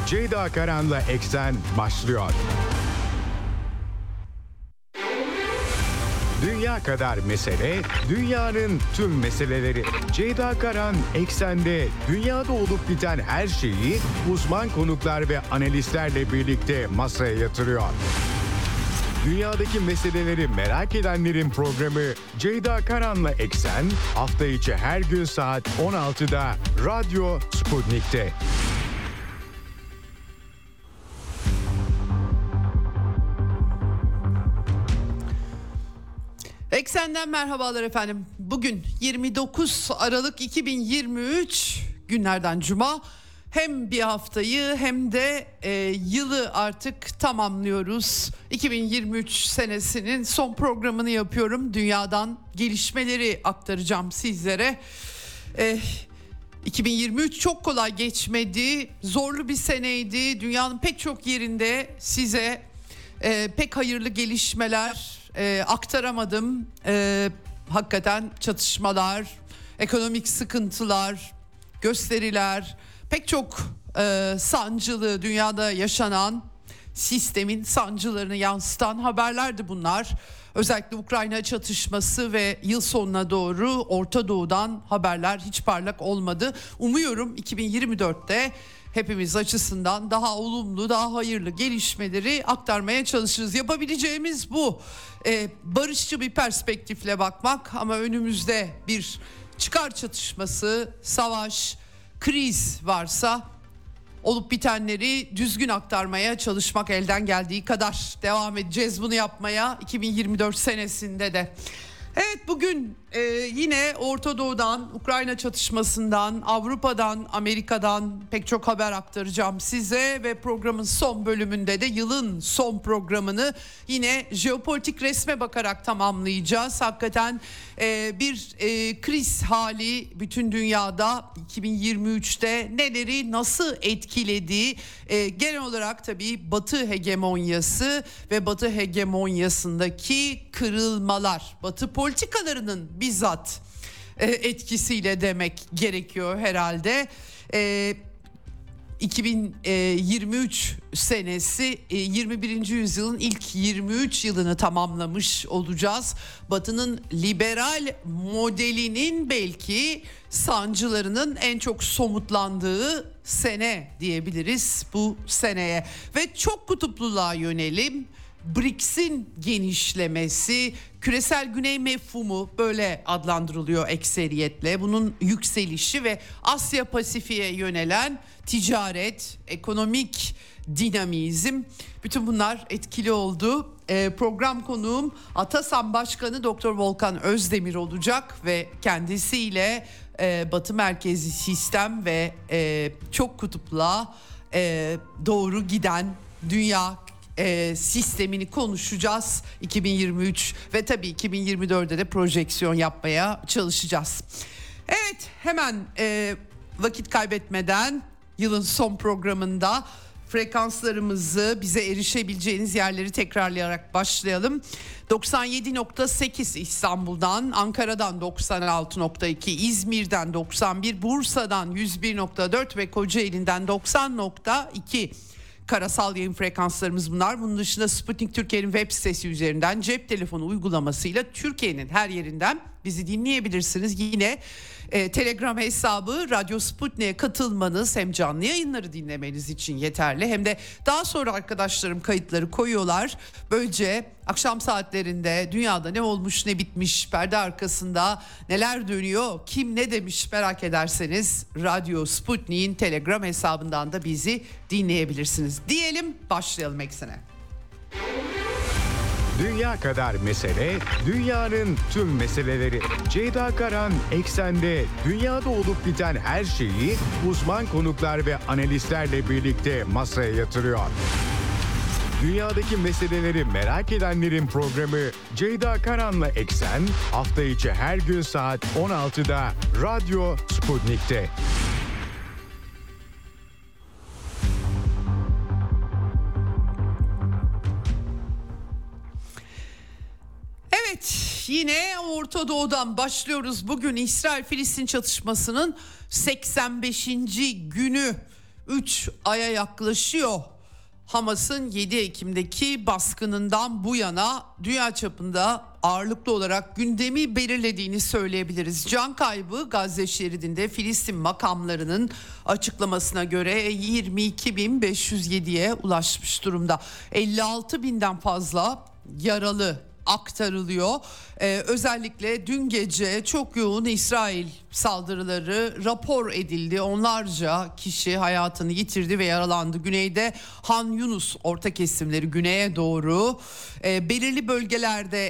Ceyda Karan'la Eksen başlıyor. Dünya kadar mesele, dünyanın tüm meseleleri. Ceyda Karan Eksen'de dünyada olup biten her şeyi uzman konuklar ve analistlerle birlikte masaya yatırıyor. Dünyadaki meseleleri merak edenlerin programı Ceyda Karan'la Eksen hafta içi her gün saat 16'da Radyo Sputnik'te. Eksen'den merhabalar efendim. Bugün 29 Aralık 2023 günlerden Cuma. Hem bir haftayı hem de yılı artık tamamlıyoruz. 2023 senesinin son programını yapıyorum. Dünyadan gelişmeleri aktaracağım sizlere. 2023 çok kolay geçmedi. Zorlu bir seneydi. Dünyanın pek çok yerinde size pek hayırlı gelişmeler aktaramadım. Hakikaten çatışmalar, ekonomik sıkıntılar, gösteriler, pek çok sancılı dünyada yaşanan sistemin sancılarını yansıtan haberlerdi bunlar. Özellikle Ukrayna çatışması ve yıl sonuna doğru Orta Doğu'dan haberler hiç parlak olmadı. Umuyorum 2024'te hepimiz açısından daha olumlu, daha hayırlı gelişmeleri aktarmaya çalışırız. Yapabileceğimiz bu. Barışçı bir perspektifle bakmak ama önümüzde bir çıkar çatışması, savaş, kriz varsa olup bitenleri düzgün aktarmaya çalışmak elden geldiği kadar. Devam edeceğiz bunu yapmaya 2024 senesinde de. Evet, bugün yine Orta Doğu'dan, Ukrayna çatışmasından, Avrupa'dan, Amerika'dan pek çok haber aktaracağım size ve programın son bölümünde de yılın son programını yine jeopolitik resme bakarak tamamlayacağız. Hakikaten bir kriz hali bütün dünyada 2023'te neleri nasıl etkilediği, genel olarak tabii Batı hegemonyası ve Batı hegemonyasındaki kırılmalar, Batı politikalarının bizzat etkisiyle demek gerekiyor herhalde. 2023 senesi 21. yüzyılın ilk 23 yılını tamamlamış olacağız. Batı'nın liberal modelinin belki sancılarının en çok somutlandığı sene diyebiliriz bu seneye. Ve çok kutupluluğa yönelim. BRICS'in genişlemesi, küresel güney mefhumu böyle adlandırılıyor ekseriyetle. Bunun yükselişi ve Asya Pasifik'e yönelen ticaret, ekonomik dinamizm, bütün bunlar etkili oldu. Program konuğum Atasan Başkanı Dr. Volkan Özdemir olacak ve kendisiyle Batı merkezi sistem ve çok kutupluğa doğru giden dünya sistemini konuşacağız 2023 ve tabii 2024'de de projeksiyon yapmaya çalışacağız. Evet, hemen vakit kaybetmeden yılın son programında frekanslarımızı, bize erişebileceğiniz yerleri tekrarlayarak başlayalım. 97.8 İstanbul'dan, Ankara'dan 96.2, İzmir'den 91, Bursa'dan 101.4 ve Kocaeli'nden 90.2 karasal yayın frekanslarımız bunlar. Bunun dışında Sputnik Türkiye'nin web sitesi üzerinden cep telefonu uygulamasıyla Türkiye'nin her yerinden bizi dinleyebilirsiniz. Yine Telegram hesabı Radyo Sputnik'e katılmanız hem canlı yayınları dinlemeniz için yeterli, hem de daha sonra arkadaşlarım kayıtları koyuyorlar. Böylece akşam saatlerinde dünyada ne olmuş ne bitmiş, perde arkasında neler dönüyor, kim ne demiş merak ederseniz Radyo Sputnik'in Telegram hesabından da bizi dinleyebilirsiniz. Diyelim, başlayalım Eksen'e. Dünya kadar mesele, dünyanın tüm meseleleri. Ceyda Karan Eksen'de dünyada olup biten her şeyi uzman konuklar ve analistlerle birlikte masaya yatırıyor. Dünyadaki meseleleri merak edenlerin programı Ceyda Karan'la Eksen hafta içi her gün saat 16'da Radyo Sputnik'te. Evet, yine Orta Doğu'dan başlıyoruz. Bugün İsrail-Filistin çatışmasının 85. günü. 3 aya yaklaşıyor. Hamas'ın 7 Ekim'deki baskınından bu yana dünya çapında ağırlıklı olarak gündemi belirlediğini söyleyebiliriz. Can kaybı Gazze şeridinde Filistin makamlarının açıklamasına göre 22.507'ye ulaşmış durumda. 56.000'den fazla yaralı aktarılıyor. Özellikle dün gece çok yoğun İsrail saldırıları rapor edildi. Onlarca kişi hayatını yitirdi ve yaralandı. Güneyde Han Yunus orta kesimleri güneye doğru belirli bölgelerde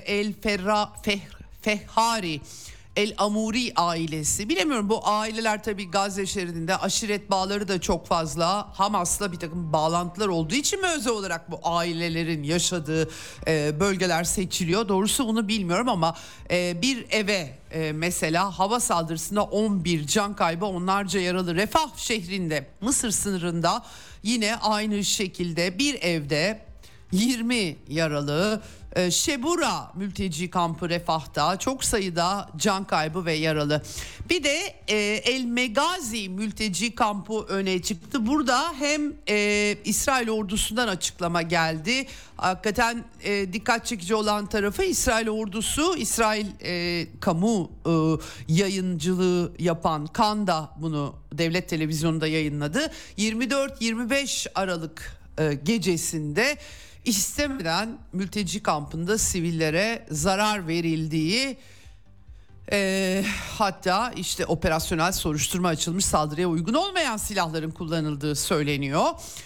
Fehari, El Amuri ailesi, bilemiyorum, bu aileler tabii Gazze şeridinde aşiret bağları da çok fazla, Hamas'la bir takım bağlantılar olduğu için mi özel olarak bu ailelerin yaşadığı bölgeler seçiliyor, doğrusu bunu bilmiyorum ama bir eve mesela hava saldırısında 11 can kaybı, onlarca yaralı. Refah şehrinde Mısır sınırında yine aynı şekilde bir evde 20 yaralı. Şebura mülteci kampı Refah'ta çok sayıda can kaybı ve yaralı. Bir de El Megazi mülteci kampı öne çıktı. Burada hem İsrail ordusundan açıklama geldi. Hakikaten dikkat çekici olan tarafı İsrail ordusu, İsrail kamu yayıncılığı yapan Kan da bunu devlet televizyonunda yayınladı. 24-25 Aralık gecesinde istemeden mülteci kampında sivillere zarar verildiği, hatta işte operasyonel soruşturma açılmış, saldırıya uygun olmayan silahların kullanıldığı söyleniyor.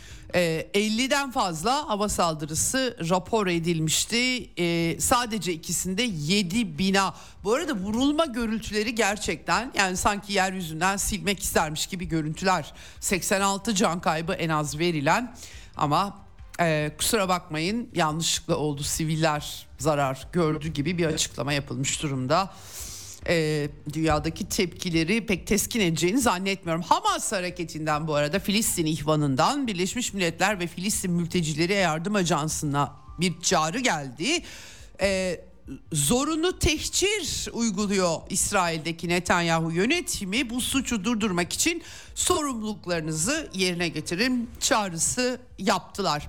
50'den fazla hava saldırısı rapor edilmişti. Sadece ikisinde 7 bina. Bu arada vurulma görüntüleri gerçekten, yani sanki yeryüzünden silmek istermiş gibi görüntüler. 86 can kaybı en az verilen, ama kusura bakmayın yanlışlıkla oldu, siviller zarar gördü gibi bir açıklama yapılmış durumda. Dünyadaki tepkileri pek teskin edeceğini zannetmiyorum. Hamas hareketinden, bu arada Filistin ihvanından Birleşmiş Milletler ve Filistin Mültecileri Yardım Ajansı'na bir çağrı geldi. Zorunlu tehcir uyguluyor İsrail'deki Netanyahu yönetimi. Bu suçu durdurmak için sorumluluklarınızı yerine getirin çağrısı yaptılar.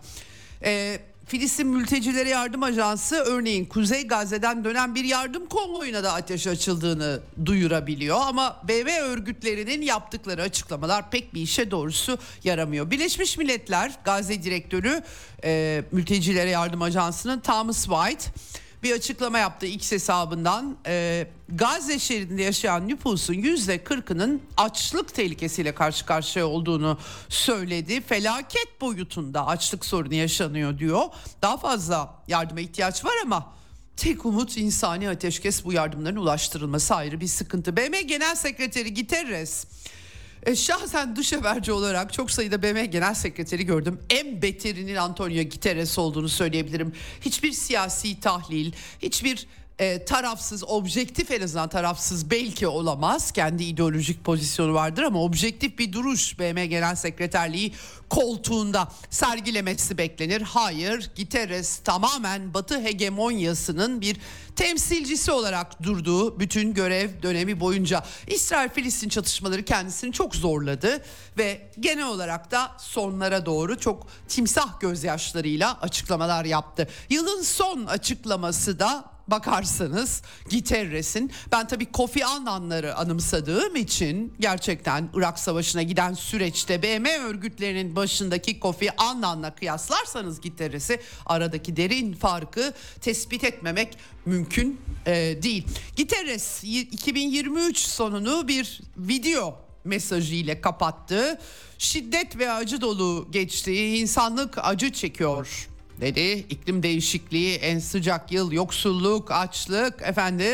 Filistin Mültecileri Yardım Ajansı örneğin Kuzey Gazze'den dönen bir yardım konvoyuna da ateş açıldığını duyurabiliyor. Ama BM örgütlerinin yaptıkları açıklamalar pek bir işe doğrusu yaramıyor. Birleşmiş Milletler Gazze Direktörü Mültecilere Yardım Ajansı'nın Thomas White bir açıklama yaptı X hesabından. Gazze şeridinde yaşayan nüfusun %40'ının açlık tehlikesiyle karşı karşıya olduğunu söyledi. Felaket boyutunda açlık sorunu yaşanıyor diyor. Daha fazla yardıma ihtiyaç var ama tek umut insani ateşkes, bu yardımların ulaştırılması ayrı bir sıkıntı. BM Genel Sekreteri Guterres, şahsen dış haberci olarak çok sayıda BM Genel Sekreteri gördüm. En beterinin Antonio Guterres olduğunu söyleyebilirim. Hiçbir siyasi tahlil, hiçbir tarafsız, objektif, en azından tarafsız belki olamaz. Kendi ideolojik pozisyonu vardır ama objektif bir duruş BM Genel Sekreterliği koltuğunda sergilemesi beklenir. Hayır, Guterres tamamen Batı hegemonyasının bir temsilcisi olarak durduğu bütün görev dönemi boyunca. İsrail-Filistin çatışmaları kendisini çok zorladı ve genel olarak da sonlara doğru çok timsah gözyaşlarıyla açıklamalar yaptı. Yılın son açıklaması da bakarsanız Guterres'in, ben tabii Kofi Annan'ları anımsadığım için gerçekten Irak Savaşı'na giden süreçte BM örgütlerinin başındaki Kofi Annan'la kıyaslarsanız Guterres'i, aradaki derin farkı tespit etmemek mümkün değil. Guterres 2023 sonunu bir video mesajı ile kapattı. Şiddet ve acı dolu geçti. İnsanlık acı çekiyor dedi. İklim değişikliği, en sıcak yıl, yoksulluk, açlık,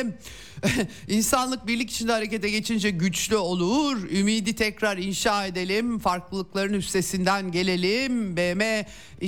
İnsanlık birlik içinde harekete geçince güçlü olur. Ümidi tekrar inşa edelim. Farklılıkların üstesinden gelelim. BM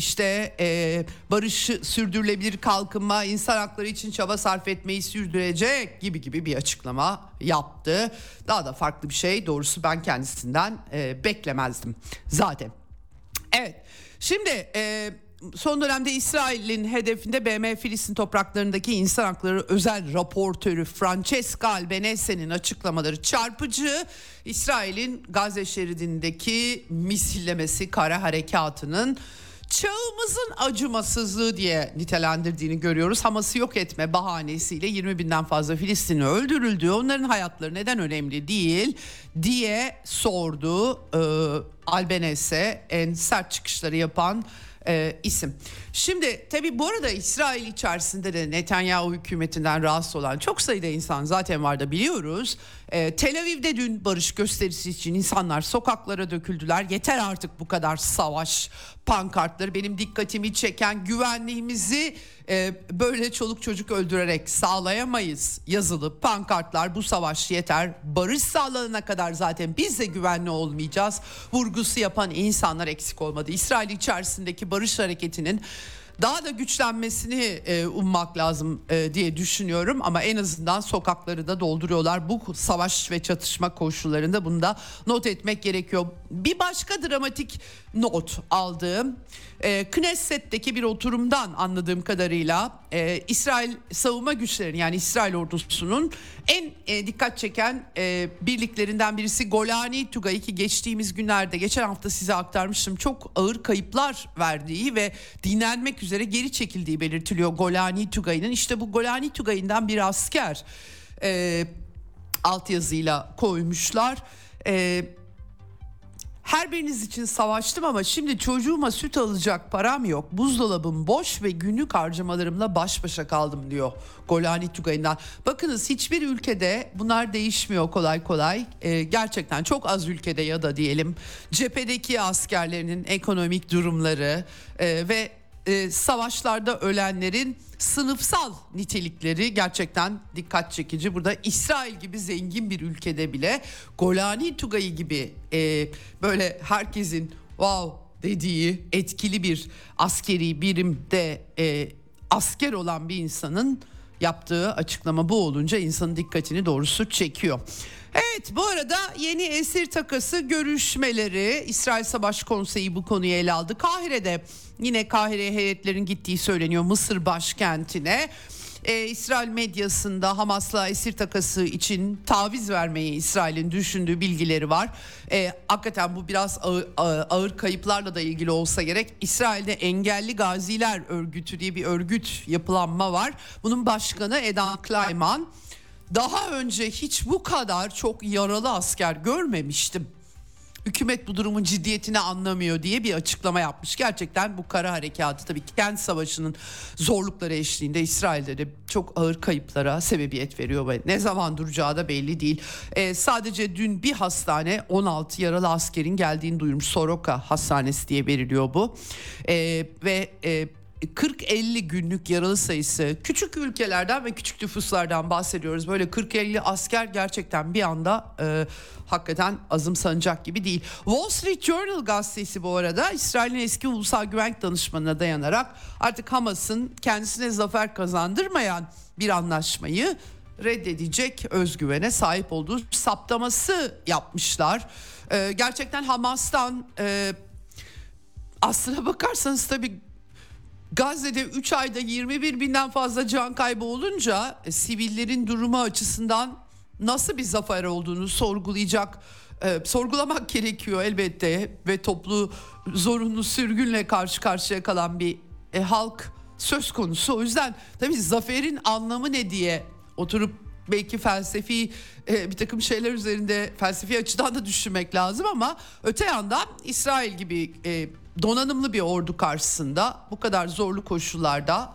barışı, sürdürülebilir kalkınma, insan hakları için çaba sarf etmeyi sürdürecek gibi bir açıklama yaptı. Daha da farklı bir şey doğrusu ben kendisinden beklemezdim zaten. Evet, şimdi son dönemde İsrail'in hedefinde BM Filistin topraklarındaki insan hakları özel raportörü Francesca Albanese'nin açıklamaları çarpıcı. İsrail'in Gazze şeridindeki misillemesi kara harekatının çağımızın acımasızlığı diye nitelendirdiğini görüyoruz. Hamas'ı yok etme bahanesiyle 20 binden fazla Filistinli öldürüldü. Onların hayatları neden önemli değil diye sordu Albanese, en sert çıkışları yapan isim. Şimdi tabii bu arada İsrail içerisinde de Netanyahu hükümetinden rahatsız olan çok sayıda insan zaten var da biliyoruz. Tel Aviv'de dün barış gösterisi için insanlar sokaklara döküldüler. Yeter artık bu kadar savaş pankartları. Benim dikkatimi çeken güvenliğimizi böyle çoluk çocuk öldürerek sağlayamayız yazılı pankartlar. Bu savaş yeter. Barış sağlanana kadar zaten biz de güvenli olmayacağız. Vurgusu yapan insanlar eksik olmadı. İsrail içerisindeki barış hareketinin daha da güçlenmesini ummak lazım diye düşünüyorum. Ama en azından sokakları da dolduruyorlar. Bu savaş ve çatışma koşullarında bunu da not etmek gerekiyor. Bir başka dramatik not aldığım Knesset'teki bir oturumdan anladığım kadarıyla İsrail savunma güçlerinin, yani İsrail ordusunun en dikkat çeken birliklerinden birisi Golani Tugayı, ki geçtiğimiz günlerde, geçen hafta size aktarmıştım, çok ağır kayıplar verdiği ve dinlenmek üzere geri çekildiği belirtiliyor Golani Tugayı'nın. İşte bu Golani Tugayı'ndan bir asker altyazıyla koymuşlar. Her biriniz için savaştım ama şimdi çocuğuma süt alacak param yok. Buzdolabım boş ve günlük harcamalarımla baş başa kaldım diyor Golani Tugayı'ndan. Bakınız, hiçbir ülkede bunlar değişmiyor kolay kolay. Gerçekten çok az ülkede ya da diyelim cephedeki askerlerinin ekonomik durumları ve savaşlarda ölenlerin sınıfsal nitelikleri gerçekten dikkat çekici. Burada İsrail gibi zengin bir ülkede bile Golani Tugayı gibi böyle herkesin wow dediği etkili bir askeri birimde asker olan bir insanın yaptığı açıklama bu olunca insanın dikkatini doğrusu çekiyor. Evet, bu arada yeni esir takası görüşmeleri, İsrail Savaş Konseyi bu konuyu ele aldı. Kahire'de yine Kahire'ye heyetlerin gittiği söyleniyor, Mısır başkentine. İsrail medyasında Hamas'la esir takası için taviz vermeyi İsrail'in düşündüğü bilgileri var. Hakikaten bu biraz ağır kayıplarla da ilgili olsa gerek. İsrail'de Engelli Gaziler Örgütü diye bir örgüt, yapılanma var. Bunun başkanı Edan Klayman, daha önce hiç bu kadar çok yaralı asker görmemiştim, hükümet bu durumun ciddiyetini anlamıyor diye bir açıklama yapmış. Gerçekten bu kara harekatı tabii kent savaşının zorlukları eşliğinde İsrail'de de çok ağır kayıplara sebebiyet veriyor ve ne zaman duracağı da belli değil. Sadece dün bir hastane 16 yaralı askerin geldiğini duyurmuş. Soroka Hastanesi diye veriliyor bu. Ve 40-50 günlük yaralı sayısı, küçük ülkelerden ve küçük nüfuslardan bahsediyoruz. Böyle 40-50 asker gerçekten bir anda hakikaten azımsanacak gibi değil. Wall Street Journal gazetesi bu arada İsrail'in eski ulusal güvenlik danışmanına dayanarak artık Hamas'ın kendisine zafer kazandırmayan bir anlaşmayı reddedecek özgüvene sahip olduğu saptaması yapmışlar. Gerçekten Hamas'tan aslına bakarsanız tabii Gazze'de 3 ayda 21 binden fazla can kaybı olunca sivillerin durumu açısından nasıl bir zafer olduğunu sorgulamak gerekiyor elbette ve toplu zorunlu sürgünle karşı karşıya kalan bir halk söz konusu. O yüzden tabii zaferin anlamı ne diye oturup belki felsefi bir takım şeyler üzerinde felsefi açıdan da düşünmek lazım ama öte yandan İsrail gibi donanımlı bir ordu karşısında bu kadar zorlu koşullarda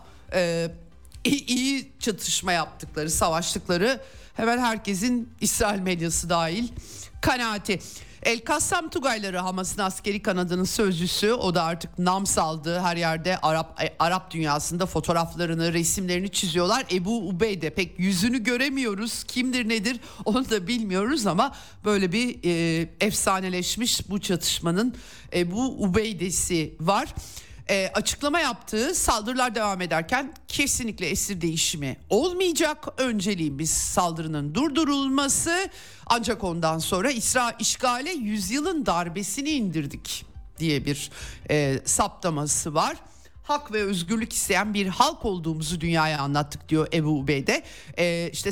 iyi çatışma yaptıkları, savaştıkları hemen herkesin, İsrail medyası dahil, kanaati. El Kassam Tugayları, Hamas'ın askeri kanadının sözcüsü, o da artık nam saldı. Her yerde Arap dünyasında fotoğraflarını, resimlerini çiziyorlar. Ebu Ubeyde, pek yüzünü göremiyoruz, kimdir nedir onu da bilmiyoruz ama böyle bir efsaneleşmiş bu çatışmanın Ebu Ubeyde'si var. Açıklama yaptığı, saldırılar devam ederken kesinlikle esir değişimi olmayacak. Önceliğimiz saldırının durdurulması, ancak ondan sonra işgale yüzyılın darbesini indirdik diye bir saptaması var. hak ve özgürlük isteyen bir halk olduğumuzu dünyaya anlattık diyor Ebu Ubeyde. İşte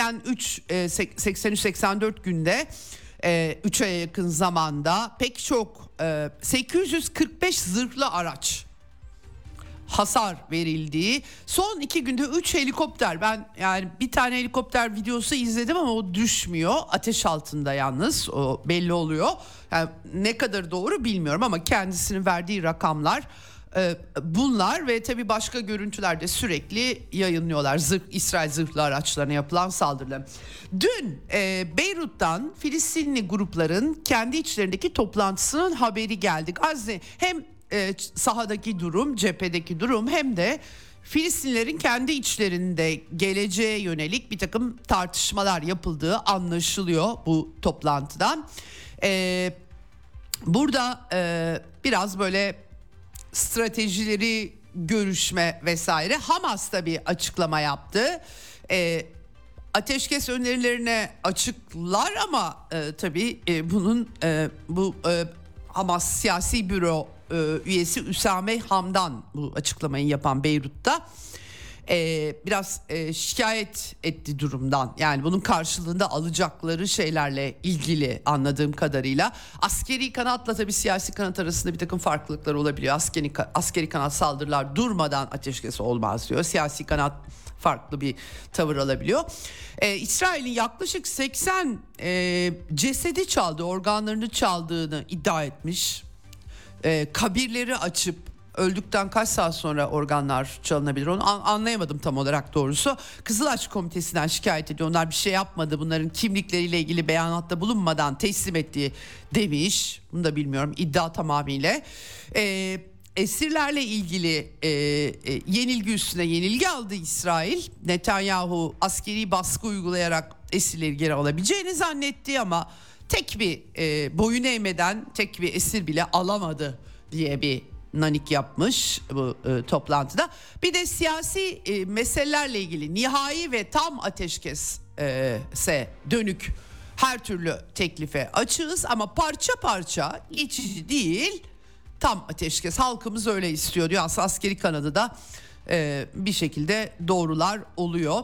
83-84 günde 3 aya yakın zamanda pek çok 845 zırhlı araç hasar verildiği, son 2 günde 3 helikopter, ben yani bir tane helikopter videosu izledim ama o düşmüyor, ateş altında, yalnız o belli oluyor. Yani ne kadar doğru bilmiyorum ama kendisinin verdiği rakamlar bunlar ve tabii başka görüntüler de sürekli yayınlıyorlar. İsrail zırhlı araçlarına yapılan saldırılar. Dün Beyrut'tan Filistinli grupların kendi içlerindeki toplantısının haberi geldi. Gazze hem sahadaki durum, cephedeki durum, hem de Filistinlerin kendi içlerinde geleceğe yönelik bir takım tartışmalar yapıldığı anlaşılıyor bu toplantıdan. Burada biraz böyle stratejileri görüşme vesaire. Hamas da bir açıklama yaptı. Ateşkes önerilerine açıklar ama tabii bunun Hamas Siyasi Büro üyesi Üsame Hamdan bu açıklamayı yapan Beyrut'ta biraz şikayet etti durumdan. Yani bunun karşılığında alacakları şeylerle ilgili anladığım kadarıyla. Askeri kanatla tabii siyasi kanat arasında bir takım farklılıklar olabiliyor. Askeri kanat saldırılar durmadan ateşkes olmaz diyor. Siyasi kanat farklı bir tavır alabiliyor. İsrail'in yaklaşık 80 cesedi çaldığı, organlarını çaldığını iddia etmiş. Kabirleri açıp öldükten kaç saat sonra organlar çalınabilir, onu anlayamadım tam olarak doğrusu. Kızılaç Komitesi'nden şikayet ediyor. Onlar bir şey yapmadı, bunların kimlikleriyle ilgili beyanatta bulunmadan teslim ettiği demiş. Bunu da bilmiyorum, iddia tamamıyla. Esirlerle ilgili yenilgi üstüne yenilgi aldı İsrail. Netanyahu askeri baskı uygulayarak esirleri geri alabileceğini zannetti ama tek bir boyun eğmeden tek bir esir bile alamadı diye bir nanik yapmış bu toplantıda. Bir de siyasi meselelerle ilgili nihai ve tam ateşkese dönük her türlü teklife açığız ama parça parça, geçici değil, tam ateşkes, halkımız öyle istiyor diyor. Aslında askeri kanadı da bir şekilde doğrular oluyor.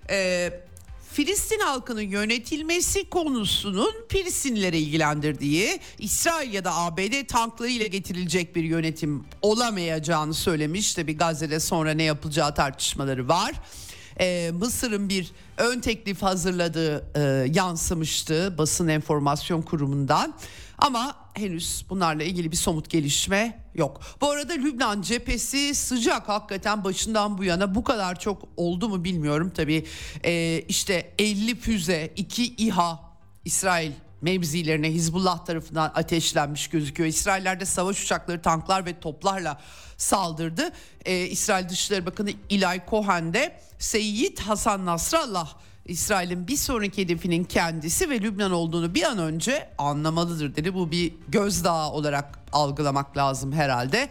Filistin halkının yönetilmesi konusunun Filistinlileri ilgilendirdiği, İsrail ya da ABD tanklarıyla getirilecek bir yönetim olamayacağını söylemiş. Tabii Gazze'de sonra ne yapılacağı tartışmaları var. Mısır'ın bir ön teklif hazırladığı yansımıştı basın enformasyon kurumundan. Ama henüz bunlarla ilgili bir somut gelişme yok. Bu arada Lübnan cephesi sıcak, hakikaten başından bu yana bu kadar çok oldu mu bilmiyorum. Tabii işte 50 füze, 2 İHA İsrail mevzilerine Hizbullah tarafından ateşlenmiş gözüküyor. İsrailler de savaş uçakları, tanklar ve toplarla saldırdı. İsrail Dışişleri Bakanı Eli Cohen de Seyyid Hasan Nasrallah İsrail'in bir sonraki hedefinin kendisi ve Lübnan olduğunu bir an önce anlamalıdır dedi. Bu bir gözdağı olarak algılamak lazım herhalde.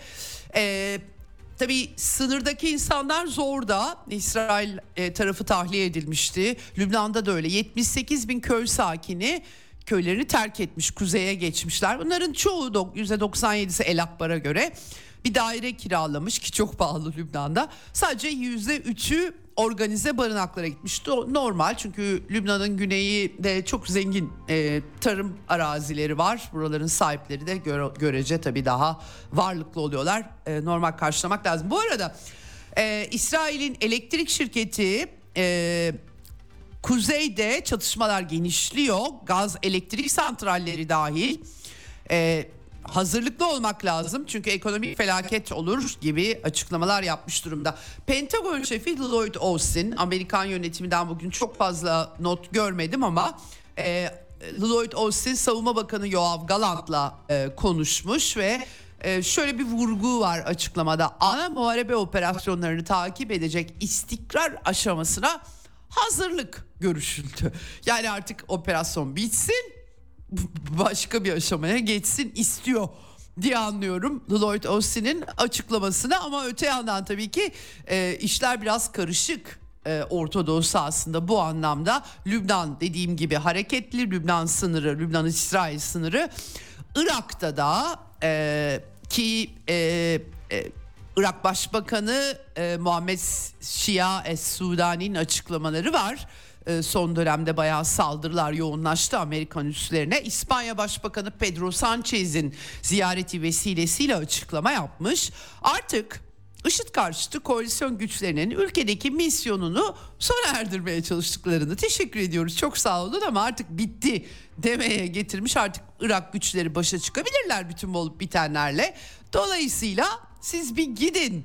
Tabii sınırdaki insanlar zorda. İsrail tarafı tahliye edilmişti. Lübnan'da da öyle. 78 bin köy sakini köylerini terk etmiş, kuzeye geçmişler. Bunların çoğu %97'si El Akbar'a göre bir daire kiralamış ki çok pahalı Lübnan'da. Sadece %3'ü organize barınaklara gitmiş. Normal, çünkü Lübnan'ın güneyi de çok zengin tarım arazileri var. Buraların sahipleri de görece tabii daha varlıklı oluyorlar. Normal karşılamak lazım. Bu arada İsrail'in elektrik şirketi kuzeyde çatışmalar genişliyor. Gaz, elektrik santralleri dahil. Hazırlıklı olmak lazım çünkü ekonomik felaket olur gibi açıklamalar yapmış durumda. Pentagon şefi Lloyd Austin, Amerikan yönetiminden bugün çok fazla not görmedim ama Lloyd Austin Savunma Bakanı Yoav Gallant'la konuşmuş ve şöyle bir vurgu var açıklamada. Ana muharebe operasyonlarını takip edecek istikrar aşamasına hazırlık görüşüldü. Yani artık operasyon bitsin, başka bir aşamaya geçsin istiyor diye anlıyorum Lloyd Austin'in açıklamasını. Ama öte yandan tabii ki işler biraz karışık Orta Doğu sahasında bu anlamda. Lübnan dediğim gibi hareketli, Lübnan sınırı, Lübnan-İsrail sınırı. Irak'ta da ki Irak Başbakanı Muhammed Şia Es-Sudani'nin açıklamaları var. Son dönemde bayağı saldırılar yoğunlaştı Amerikan üslerine. İspanya Başbakanı Pedro Sanchez'in ziyareti vesilesiyle açıklama yapmış. Artık IŞİD karşıtı koalisyon güçlerinin ülkedeki misyonunu sona erdirmeye çalıştıklarını, teşekkür ediyoruz çok sağ olun ama artık bitti demeye getirmiş. Artık Irak güçleri başa çıkabilirler bütün bu olup bitenlerle. Dolayısıyla siz bir gidin.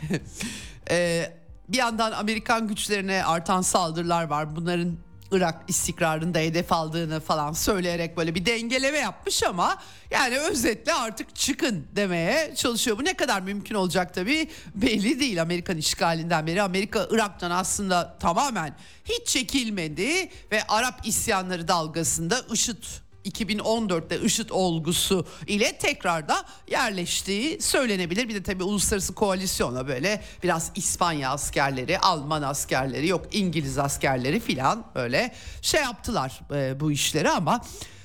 Bir yandan Amerikan güçlerine artan saldırılar var. Bunların Irak istikrarını da hedef aldığını falan söyleyerek böyle bir dengeleme yapmış ama yani özetle artık çıkın demeye çalışıyor. Bu ne kadar mümkün olacak tabii belli değil. Amerikan işgalinden beri Amerika Irak'tan aslında tamamen hiç çekilmedi ve Arap isyanları dalgasında IŞİD 2014'te IŞİD olgusu ile tekrar da yerleştiği söylenebilir. Bir de tabii uluslararası koalisyona böyle biraz İspanya askerleri, Alman askerleri, yok İngiliz askerleri filan böyle şey yaptılar bu işleri ama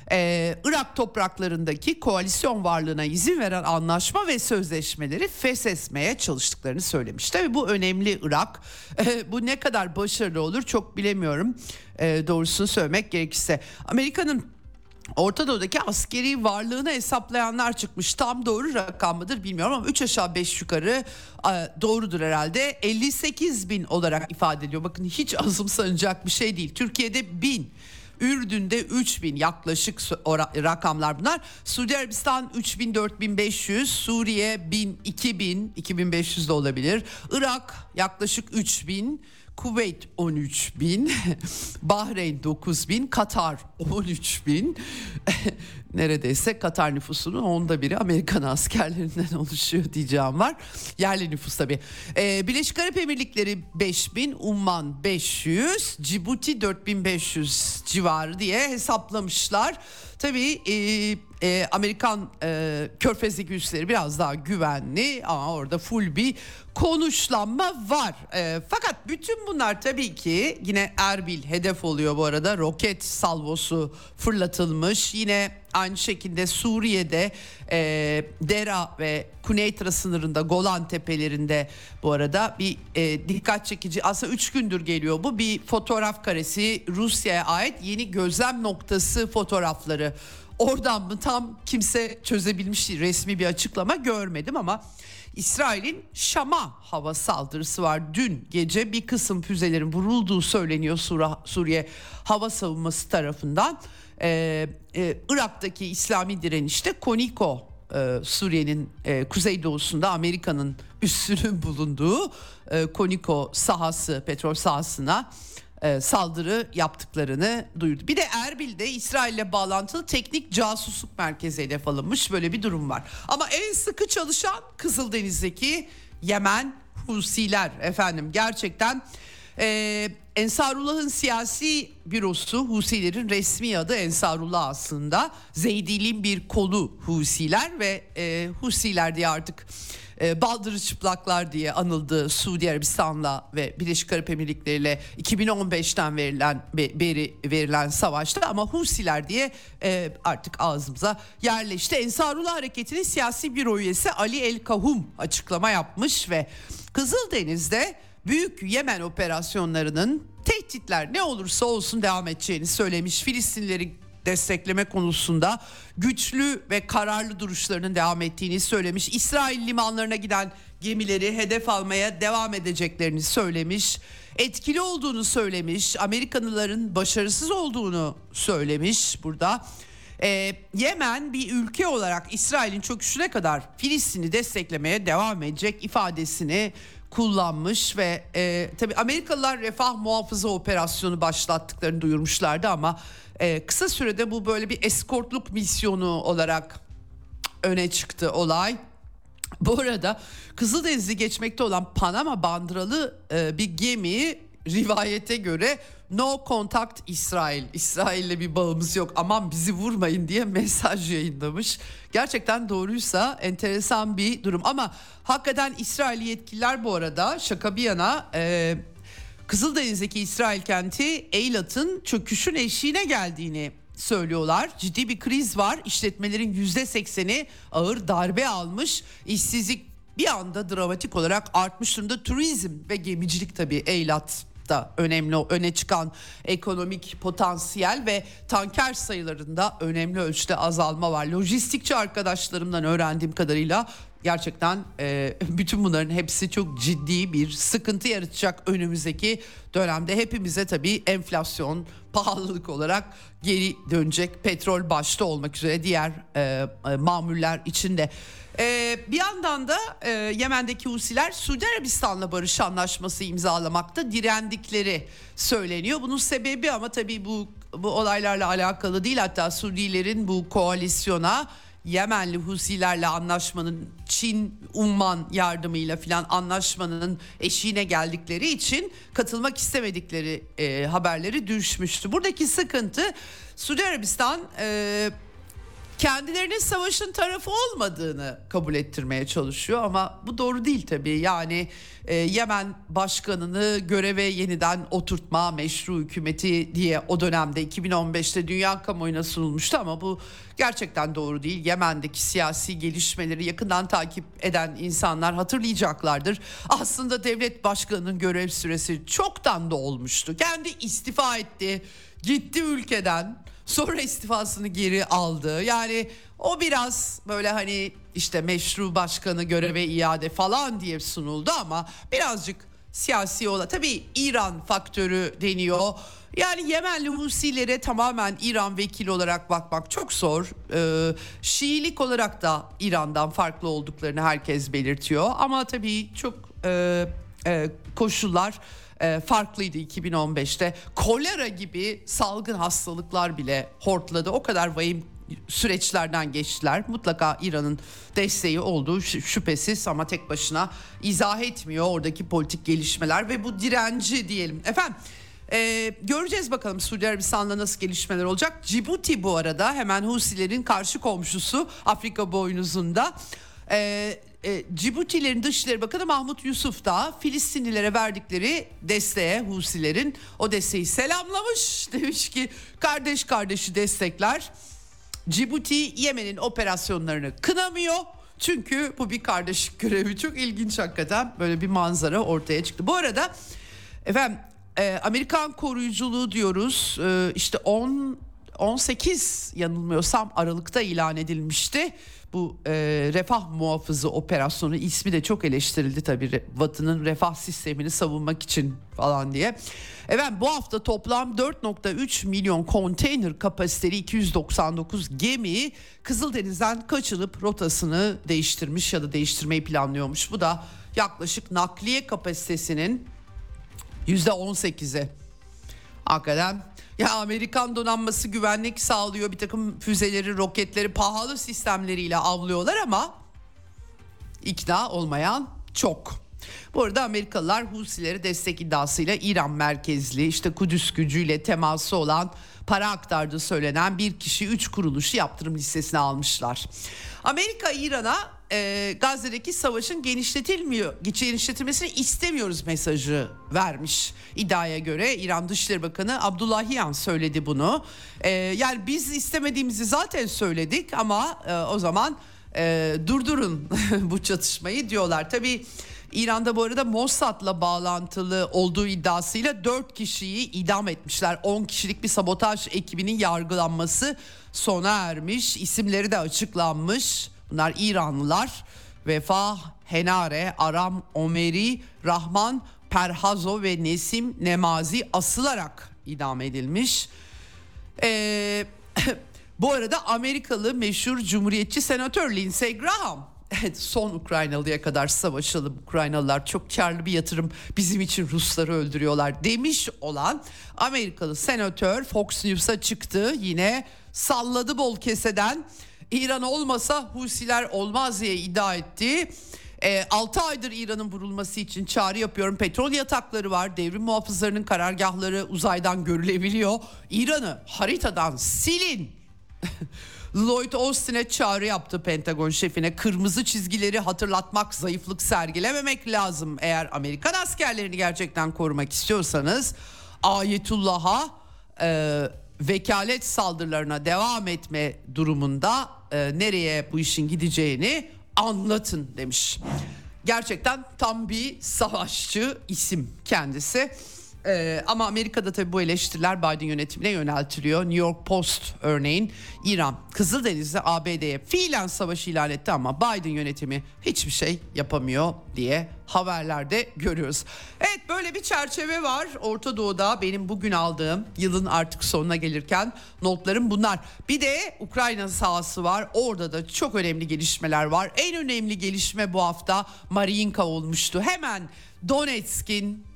Irak topraklarındaki koalisyon varlığına izin veren anlaşma ve sözleşmeleri feshetmeye çalıştıklarını söylemiş. Tabii bu önemli Irak. Bu ne kadar başarılı olur çok bilemiyorum. Doğrusunu söylemek gerekirse. Amerika'nın Orta Doğu'daki askeri varlığını hesaplayanlar çıkmış. Tam doğru rakam mıdır bilmiyorum ama 3 aşağı 5 yukarı doğrudur herhalde. 58 bin olarak ifade ediyor. Bakın hiç azımsanacak bir şey değil. Türkiye'de 1000. Ürdün'de 3000 yaklaşık rakamlar bunlar. Suudi Arabistan 3000, 4500, Suriye 1000, 2000, 2500 de olabilir. Irak yaklaşık 3000, Kuveyt 13.000, Bahreyn 9.000, Katar 13.000. Neredeyse Katar nüfusunun 1/10 Amerikan askerlerinden oluşuyor diyeceğim var. Yerli nüfus tabii. Birleşik Arap Emirlikleri 5.000, Umman 500, Cibuti 4.500 civarı diye hesaplamışlar. Tabii Amerikan Körfez'deki üsleri biraz daha güvenli ama orada full bir konuşlanma var. Fakat bütün bunlar tabii ki yine Erbil hedef oluyor bu arada. Roket salvosu fırlatılmış. Yine aynı şekilde Suriye'de Dera ve Kuneytra sınırında Golan tepelerinde bu arada bir dikkat çekici, aslında 3 gündür geliyor bu, bir fotoğraf karesi, Rusya'ya ait yeni gözlem noktası fotoğrafları. Oradan mı tam kimse çözebilmiş değil, resmi bir açıklama görmedim ama İsrail'in Şam'a hava saldırısı var. Dün gece bir kısım füzelerin vurulduğu söyleniyor Suriye hava savunması tarafından. Irak'taki İslami direnişte Koniko, Suriye'nin kuzeydoğusunda Amerika'nın üssünün bulunduğu Koniko sahası, petrol sahasına saldırı yaptıklarını duyurdu. Bir de Erbil'de İsrail'le bağlantılı teknik casusluk merkezi hedef alınmış, böyle bir durum var. Ama en sıkı çalışan Kızıldeniz'deki Yemen Husiler efendim, gerçekten Ensarullah'ın siyasi bürosu, Husilerin resmi adı Ensarullah aslında. Zeydiliğin bir kolu Husiler ve Husiler diye artık baldırı çıplaklar diye anıldı Suudi Arabistan'la ve Birleşik Arap Emirlikleri ile 2015'ten beri verilen savaşta, ama Husiler diye artık ağzımıza yerleşti. Ensarullah Hareketi'nin siyasi büro üyesi Ali El Kahum açıklama yapmış ve Kızıldeniz'de Büyük Yemen operasyonlarının tehditler ne olursa olsun devam edeceğini söylemiş. Filistinlileri destekleme konusunda güçlü ve kararlı duruşlarının devam ettiğini söylemiş. İsrail limanlarına giden gemileri hedef almaya devam edeceklerini söylemiş. Etkili olduğunu söylemiş. Amerikalıların başarısız olduğunu söylemiş burada. Yemen bir ülke olarak İsrail'in çöküşüne kadar Filistin'i desteklemeye devam edecek ifadesini kullanmış ve tabii Amerikalılar refah muhafızı operasyonu başlattıklarını duyurmuşlardı ama kısa sürede bu böyle bir eskortluk misyonu olarak öne çıktı olay. Bu arada Kızıldeniz'i geçmekte olan Panama bandıralı bir gemi, rivayete göre no contact İsrail, İsrail'le bir bağımız yok, aman bizi vurmayın diye mesaj yayınlamış. Gerçekten doğruysa enteresan bir durum ama hakikaten İsrail yetkililer bu arada, şaka bir yana, Kızıldeniz'deki İsrail kenti Eilat'ın çöküşün eşiğine geldiğini söylüyorlar. Ciddi bir kriz var. İşletmelerin %80'i ağır darbe almış. İşsizlik bir anda dramatik olarak artmış durumda. Turizm ve gemicilik tabii Eylat'ta öne çıkan ekonomik potansiyel ve tanker sayılarında önemli ölçüde azalma var. Lojistikçi arkadaşlarımdan öğrendiğim kadarıyla gerçekten bütün bunların hepsi çok ciddi bir sıkıntı yaratacak önümüzdeki dönemde. Hepimize tabii enflasyon, pahalılık olarak geri dönecek, petrol başta olmak üzere diğer mamuller içinde. Bir yandan da Yemen'deki Husiler Suudi Arabistan'la barış anlaşması imzalamakta direndikleri söyleniyor. Bunun sebebi ama tabii bu olaylarla alakalı değil. Hatta Suudilerin bu koalisyona Yemenli Husilerle anlaşmanın Çin Umman yardımıyla filan anlaşmanın eşiğine geldikleri için katılmak istemedikleri haberleri düşmüştü. Buradaki sıkıntı Suudi Arabistan kendilerinin savaşın tarafı olmadığını kabul ettirmeye çalışıyor ama bu doğru değil tabii. Yani Yemen başkanını göreve yeniden oturtma meşru hükümeti diye o dönemde 2015'te dünya kamuoyuna sunulmuştu ama bu gerçekten doğru değil. Yemen'deki siyasi gelişmeleri yakından takip eden insanlar hatırlayacaklardır. Aslında devlet başkanının görev süresi çoktan dolmuştu. Kendi istifa etti, gitti ülkeden. Sonra istifasını geri aldı. Yani o biraz böyle hani işte meşru başkanı göreve iade falan diye sunuldu ama birazcık siyasi olan. Tabii İran faktörü deniyor. Yani Yemenli Husilere tamamen İran vekili olarak bakmak çok zor. Şiilik olarak da İran'dan farklı olduklarını herkes belirtiyor. Ama tabii çok koşullar farklıydı 2015'te. Kolera gibi salgın hastalıklar bile hortladı. O kadar vahim süreçlerden geçtiler. Mutlaka İran'ın desteği olduğu şüphesiz ama tek başına izah etmiyor oradaki politik gelişmeler ve bu direnci diyelim. Efendim göreceğiz bakalım Suudi Arabistan'da nasıl gelişmeler olacak. Cibuti bu arada hemen Husilerin karşı komşusu Afrika boynuzunda. Cibutilerin Dışişleri Bakanı Mahmut Yusuf da Filistinlilere verdikleri desteğe Husilerin o desteği selamlamış. Demiş ki kardeş kardeşi destekler. Cibuti Yemen'in operasyonlarını kınamıyor. Çünkü bu bir kardeşlik görevi. Çok ilginç hakikaten böyle bir manzara ortaya çıktı. Bu arada efendim Amerikan koruyuculuğu diyoruz. İşte 18 yanılmıyorsam Aralık'ta ilan edilmişti. Bu refah muhafızı operasyonu ismi de çok eleştirildi tabii. Batı'nın refah sistemini savunmak için falan diye. Evet bu hafta toplam 4.3 milyon konteyner kapasiteli 299 gemi Kızıldeniz'den kaçılıp rotasını değiştirmiş ya da değiştirmeyi planlıyormuş. Bu da yaklaşık nakliye kapasitesinin %18'i. Hakikaten ya Amerikan donanması güvenlik sağlıyor, bir takım füzeleri, roketleri, pahalı sistemleriyle avlıyorlar ama ikna olmayan çok. Bu arada Amerikalılar Husilere destek iddiasıyla İran merkezli işte Kudüs gücüyle teması olan para aktardığı söylenen bir kişi 3 kuruluşu yaptırım listesine almışlar. Amerika İran'a Gazze'deki savaşın genişletilmesini istemiyoruz mesajı vermiş. İddiaya göre İran Dışişleri Bakanı Abdullahian söyledi bunu. Yani biz istemediğimizi zaten söyledik ama o zaman durdurun bu çatışmayı diyorlar. Tabii İran'da bu arada Mossad'la bağlantılı olduğu iddiasıyla 4 kişiyi idam etmişler. 10 kişilik bir sabotaj ekibinin yargılanması sona ermiş. İsimleri de açıklanmış. Bunlar İranlılar. Vefah Henare, Aram Omeri, Rahman Perhazo ve Nesim Nemazi asılarak idam edilmiş. Bu arada Amerikalı meşhur Cumhuriyetçi senatör Lindsey Graham, evet, son Ukraynalıya kadar savaşalım, Ukraynalılar çok karlı bir yatırım, bizim için Rusları öldürüyorlar demiş olan Amerikalı senatör Fox News'a çıktı, yine salladı bol keseden. İran olmasa Husiler olmaz diye iddia etti. 6 aydır İran'ın vurulması için çağrı yapıyorum. Petrol yatakları var. Devrim muhafızlarının karargahları uzaydan görülebiliyor. İran'ı haritadan silin. Lloyd Austin'e çağrı yaptı Pentagon şefine. Kırmızı çizgileri hatırlatmak, zayıflık sergilememek lazım. Eğer Amerikan askerlerini gerçekten korumak istiyorsanız Ayetullah'a vekalet saldırılarına devam etme durumunda nereye bu işin gideceğini anlatın demiş. Gerçekten tam bir savaşçı isim kendisi. Ama Amerika'da tabii bu eleştiriler Biden yönetimine yöneltiliyor. New York Post örneğin İran Kızıldeniz'de ABD'ye fiilen savaş ilan etti ama Biden yönetimi hiçbir şey yapamıyor diye haberlerde görüyoruz. Evet, böyle bir çerçeve var Orta Doğu'da. Benim bugün aldığım, yılın artık sonuna gelirken notlarım bunlar. Bir de Ukrayna sahası var. Orada da çok önemli gelişmeler var. En önemli gelişme bu hafta Mariinka olmuştu. Hemen Donetsk'in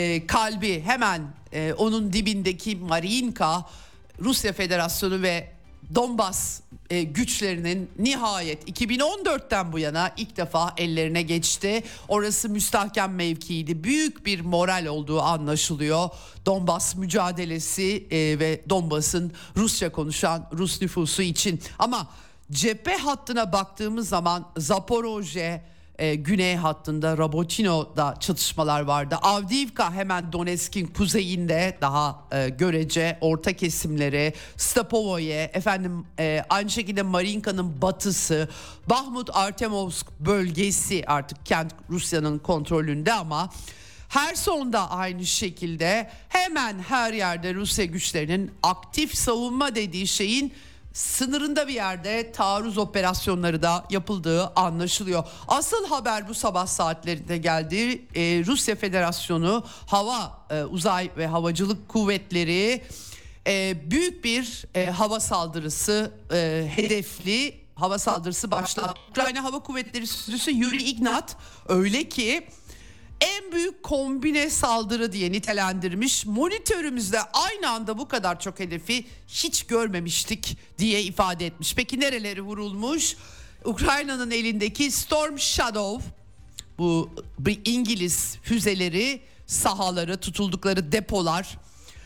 kalbi, hemen onun dibindeki Mariinka, Rusya Federasyonu ve Donbas güçlerinin nihayet 2014'ten bu yana ilk defa ellerine geçti. Orası müstahkem mevkiydi. Büyük bir moral olduğu anlaşılıyor. Donbas mücadelesi ve Donbas'ın Rusça konuşan Rus nüfusu için. Ama cephe hattına baktığımız zaman Zaporojye, güney hattında Rabotino'da çatışmalar vardı. Avdiivka hemen Donetsk'in kuzeyinde, daha görece orta kesimleri, Stapovoye, aynı şekilde Mariinka'nın batısı, Bahmut Artemovsk bölgesi artık kent Rusya'nın kontrolünde ama Herson'da aynı şekilde hemen her yerde Rusya güçlerinin aktif savunma dediği şeyin sınırında bir yerde taarruz operasyonları da yapıldığı anlaşılıyor. Asıl haber bu sabah saatlerinde geldi. Rusya Federasyonu Hava, Uzay ve Havacılık Kuvvetleri büyük bir hava saldırısı hedefli hava saldırısı başlattı. Ukrayna Hava Kuvvetleri Sürücüsü Yuri Ignat öyle ki en büyük kombine saldırı diye nitelendirmiş. Monitörümüzde aynı anda bu kadar çok hedefi hiç görmemiştik diye ifade etmiş. Peki nereleri vurulmuş? Ukrayna'nın elindeki Storm Shadow, bu İngiliz füzeleri, sahaları, tutuldukları depolar,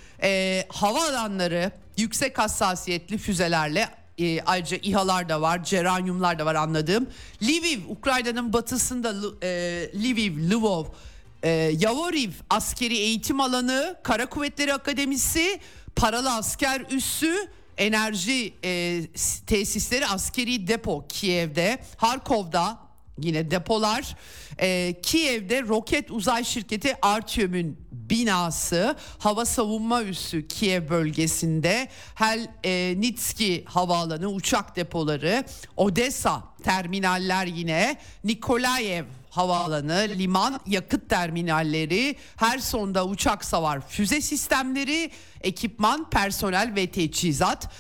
havaalanları, yüksek hassasiyetli füzelerle, ayrıca İHA'lar da var, Ceranyumlar da var anladığım. Lviv, Ukrayna'nın batısında Lviv, Lvov, Yavoriv askeri eğitim alanı, Kara Kuvvetleri Akademisi, paralı asker üssü, enerji tesisleri, askeri depo Kiev'de, Harkov'da yine depolar, Kiev'de roket uzay şirketi Artyom'un binası, hava savunma üssü Kiev bölgesinde, Helnitski havaalanı, uçak depoları, Odessa terminaller, yine Nikolayev havaalanı, liman, yakıt terminalleri, Herson'da uçak savar füze sistemleri, ekipman, personel ve teçhizat,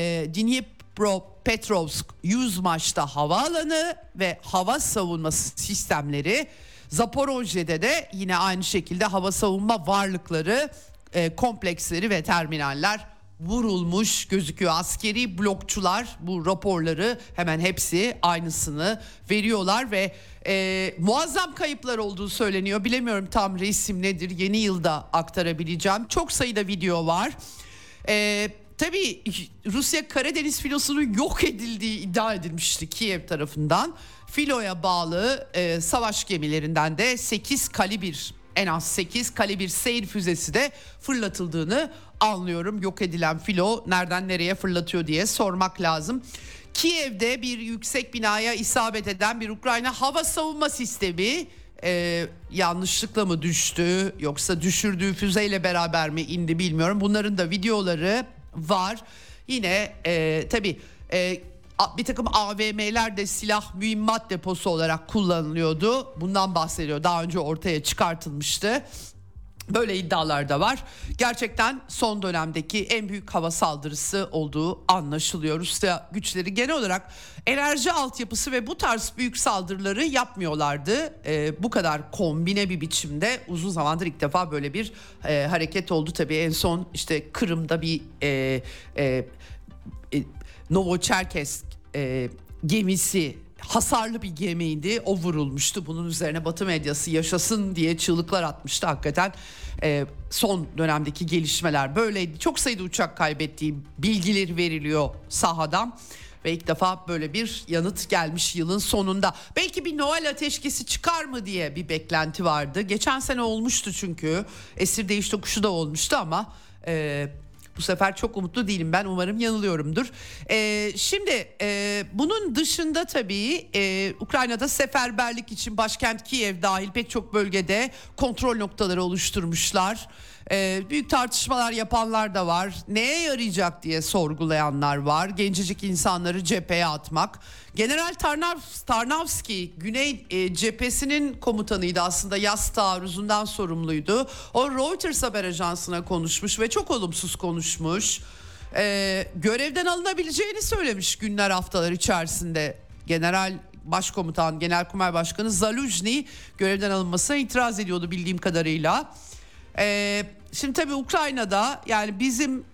Dnipropetrovsk, Yuzmaç'ta havaalanı ve hava savunması sistemleri, Zaporojye'de de yine aynı şekilde hava savunma varlıkları, kompleksleri ve terminaller vurulmuş gözüküyor. Askeri blokçular bu raporları hemen hepsi aynısını veriyorlar ve muazzam kayıplar olduğu söyleniyor. Bilemiyorum tam resim nedir, yeni yılda aktarabileceğim. Çok sayıda video var. Tabii Rusya Karadeniz filosunun yok edildiği iddia edilmişti Kiev tarafından. Filoya bağlı savaş gemilerinden de 8 kalibir, en az 8 kalibir seyir füzesi de fırlatıldığını anlıyorum. Yok edilen filo nereden nereye fırlatıyor diye sormak lazım. Kiev'de bir yüksek binaya isabet eden bir Ukrayna hava savunma sistemi yanlışlıkla mı düştü yoksa düşürdüğü füzeyle beraber mi indi bilmiyorum. Bunların da videoları var. Yine tabii bir takım AVM'ler de silah mühimmat deposu olarak kullanılıyordu. Bundan bahsediyor. Daha önce ortaya çıkartılmıştı. Böyle iddialar da var. Gerçekten son dönemdeki en büyük hava saldırısı olduğu anlaşılıyor. Rusya güçleri genel olarak enerji altyapısı ve bu tarz büyük saldırıları yapmıyorlardı. Bu kadar kombine bir biçimde uzun zamandır ilk defa böyle bir hareket oldu. Tabii en son işte Kırım'da bir Novocherkesk gemisi, hasarlı bir gemiydi, o vurulmuştu. Bunun üzerine Batı medyası yaşasın diye çığlıklar atmıştı. Hakikaten son dönemdeki gelişmeler böyleydi. Çok sayıda uçak kaybettiği bilgileri veriliyor sahadan ve ilk defa böyle bir yanıt gelmiş yılın sonunda. Belki bir Noel ateşkesi çıkar mı diye bir beklenti vardı. Geçen sene olmuştu çünkü, esir değiş tokuşu da olmuştu ama Bu sefer çok umutlu değilim ben, umarım yanılıyorumdur. Şimdi bunun dışında tabii Ukrayna'da seferberlik için başkent Kiev dahil pek çok bölgede kontrol noktaları oluşturmuşlar. Büyük tartışmalar yapanlar da var. Neye yarayacak diye sorgulayanlar var. Gencecik insanları cepheye atmak. General Tarnavski Güney cephesinin komutanıydı aslında, yaz taarruzundan sorumluydu. O Reuters haber ajansına konuşmuş ve çok olumsuz konuşmuş. Görevden alınabileceğini söylemiş günler haftalar içerisinde. Genelkurmay Başkanı Zaluzhny görevden alınmasına itiraz ediyordu bildiğim kadarıyla. Şimdi tabii Ukrayna'da yani bizim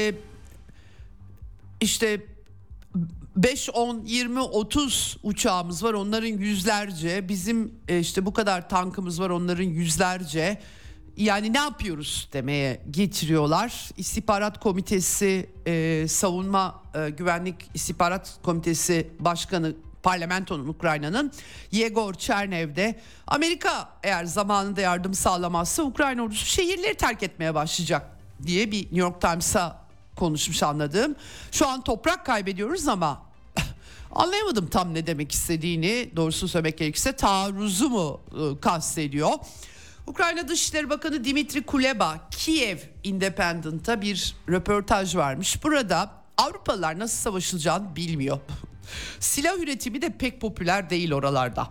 işte 5, 10, 20, 30 uçağımız var, onların yüzlerce. Bizim işte bu kadar tankımız var, onların yüzlerce. Yani ne yapıyoruz demeye getiriyorlar. İstihbarat Komitesi, Savunma Güvenlik İstihbarat Komitesi Başkanı, parlamentonun, Ukrayna'nın Yegor Çernev'de Amerika eğer zamanında yardım sağlamazsa Ukrayna ordusu şehirleri terk etmeye başlayacak diye bir New York Times'a konuşmuş anladığım. Şu an toprak kaybediyoruz ama anlayamadım tam ne demek istediğini. Doğrusunu söylemek gerekirse taarruzu mu kastediyor? Ukrayna Dışişleri Bakanı Dimitri Kuleba Kiev Independent'a bir röportaj vermiş. Burada Avrupalılar nasıl savaşılacağını bilmiyor. Silah üretimi de pek popüler değil oralarda.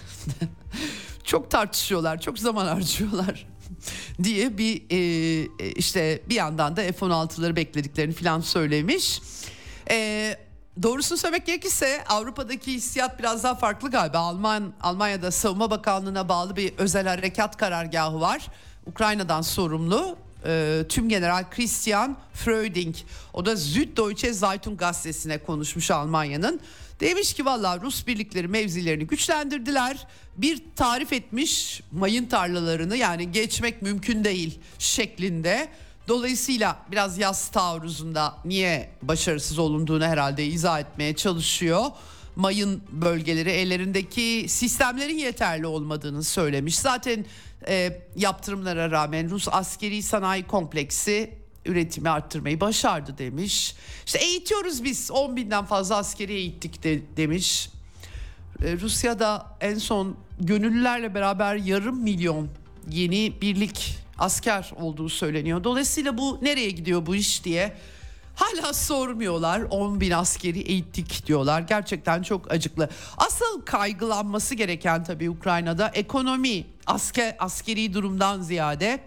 Çok tartışıyorlar, çok zaman harcıyorlar diye bir işte bir yandan da F-16'ları beklediklerini falan söylemiş. Doğrusunu söylemek gerekirse Avrupa'daki hissiyat biraz daha farklı galiba. Almanya'da Savunma Bakanlığı'na bağlı bir özel harekat karargahı var. Ukrayna'dan sorumlu. Tümgeneral Christian Freuding, o da Süddeutsche Zeitung gazetesine konuşmuş Almanya'nın. Demiş ki vallahi Rus birlikleri mevzilerini güçlendirdiler. Bir tarif etmiş mayın tarlalarını, yani geçmek mümkün değil şeklinde. Dolayısıyla biraz yaz taarruzunda niye başarısız olunduğunu herhalde izah etmeye çalışıyor. Mayın bölgeleri, ellerindeki sistemlerin yeterli olmadığını söylemiş. Zaten yaptırımlara rağmen Rus askeri sanayi kompleksi üretimi arttırmayı başardı demiş. İşte eğitiyoruz biz, 10.000'den fazla askeri eğittik demiş. Rusya'da en son gönüllülerle beraber 500.000 yeni birlik asker olduğu söyleniyor. Dolayısıyla bu nereye gidiyor bu iş diye hala sormuyorlar. 10.000 askeri eğittik diyorlar. Gerçekten çok acıklı. Asıl kaygılanması gereken tabii Ukrayna'da ekonomi, askeri durumdan ziyade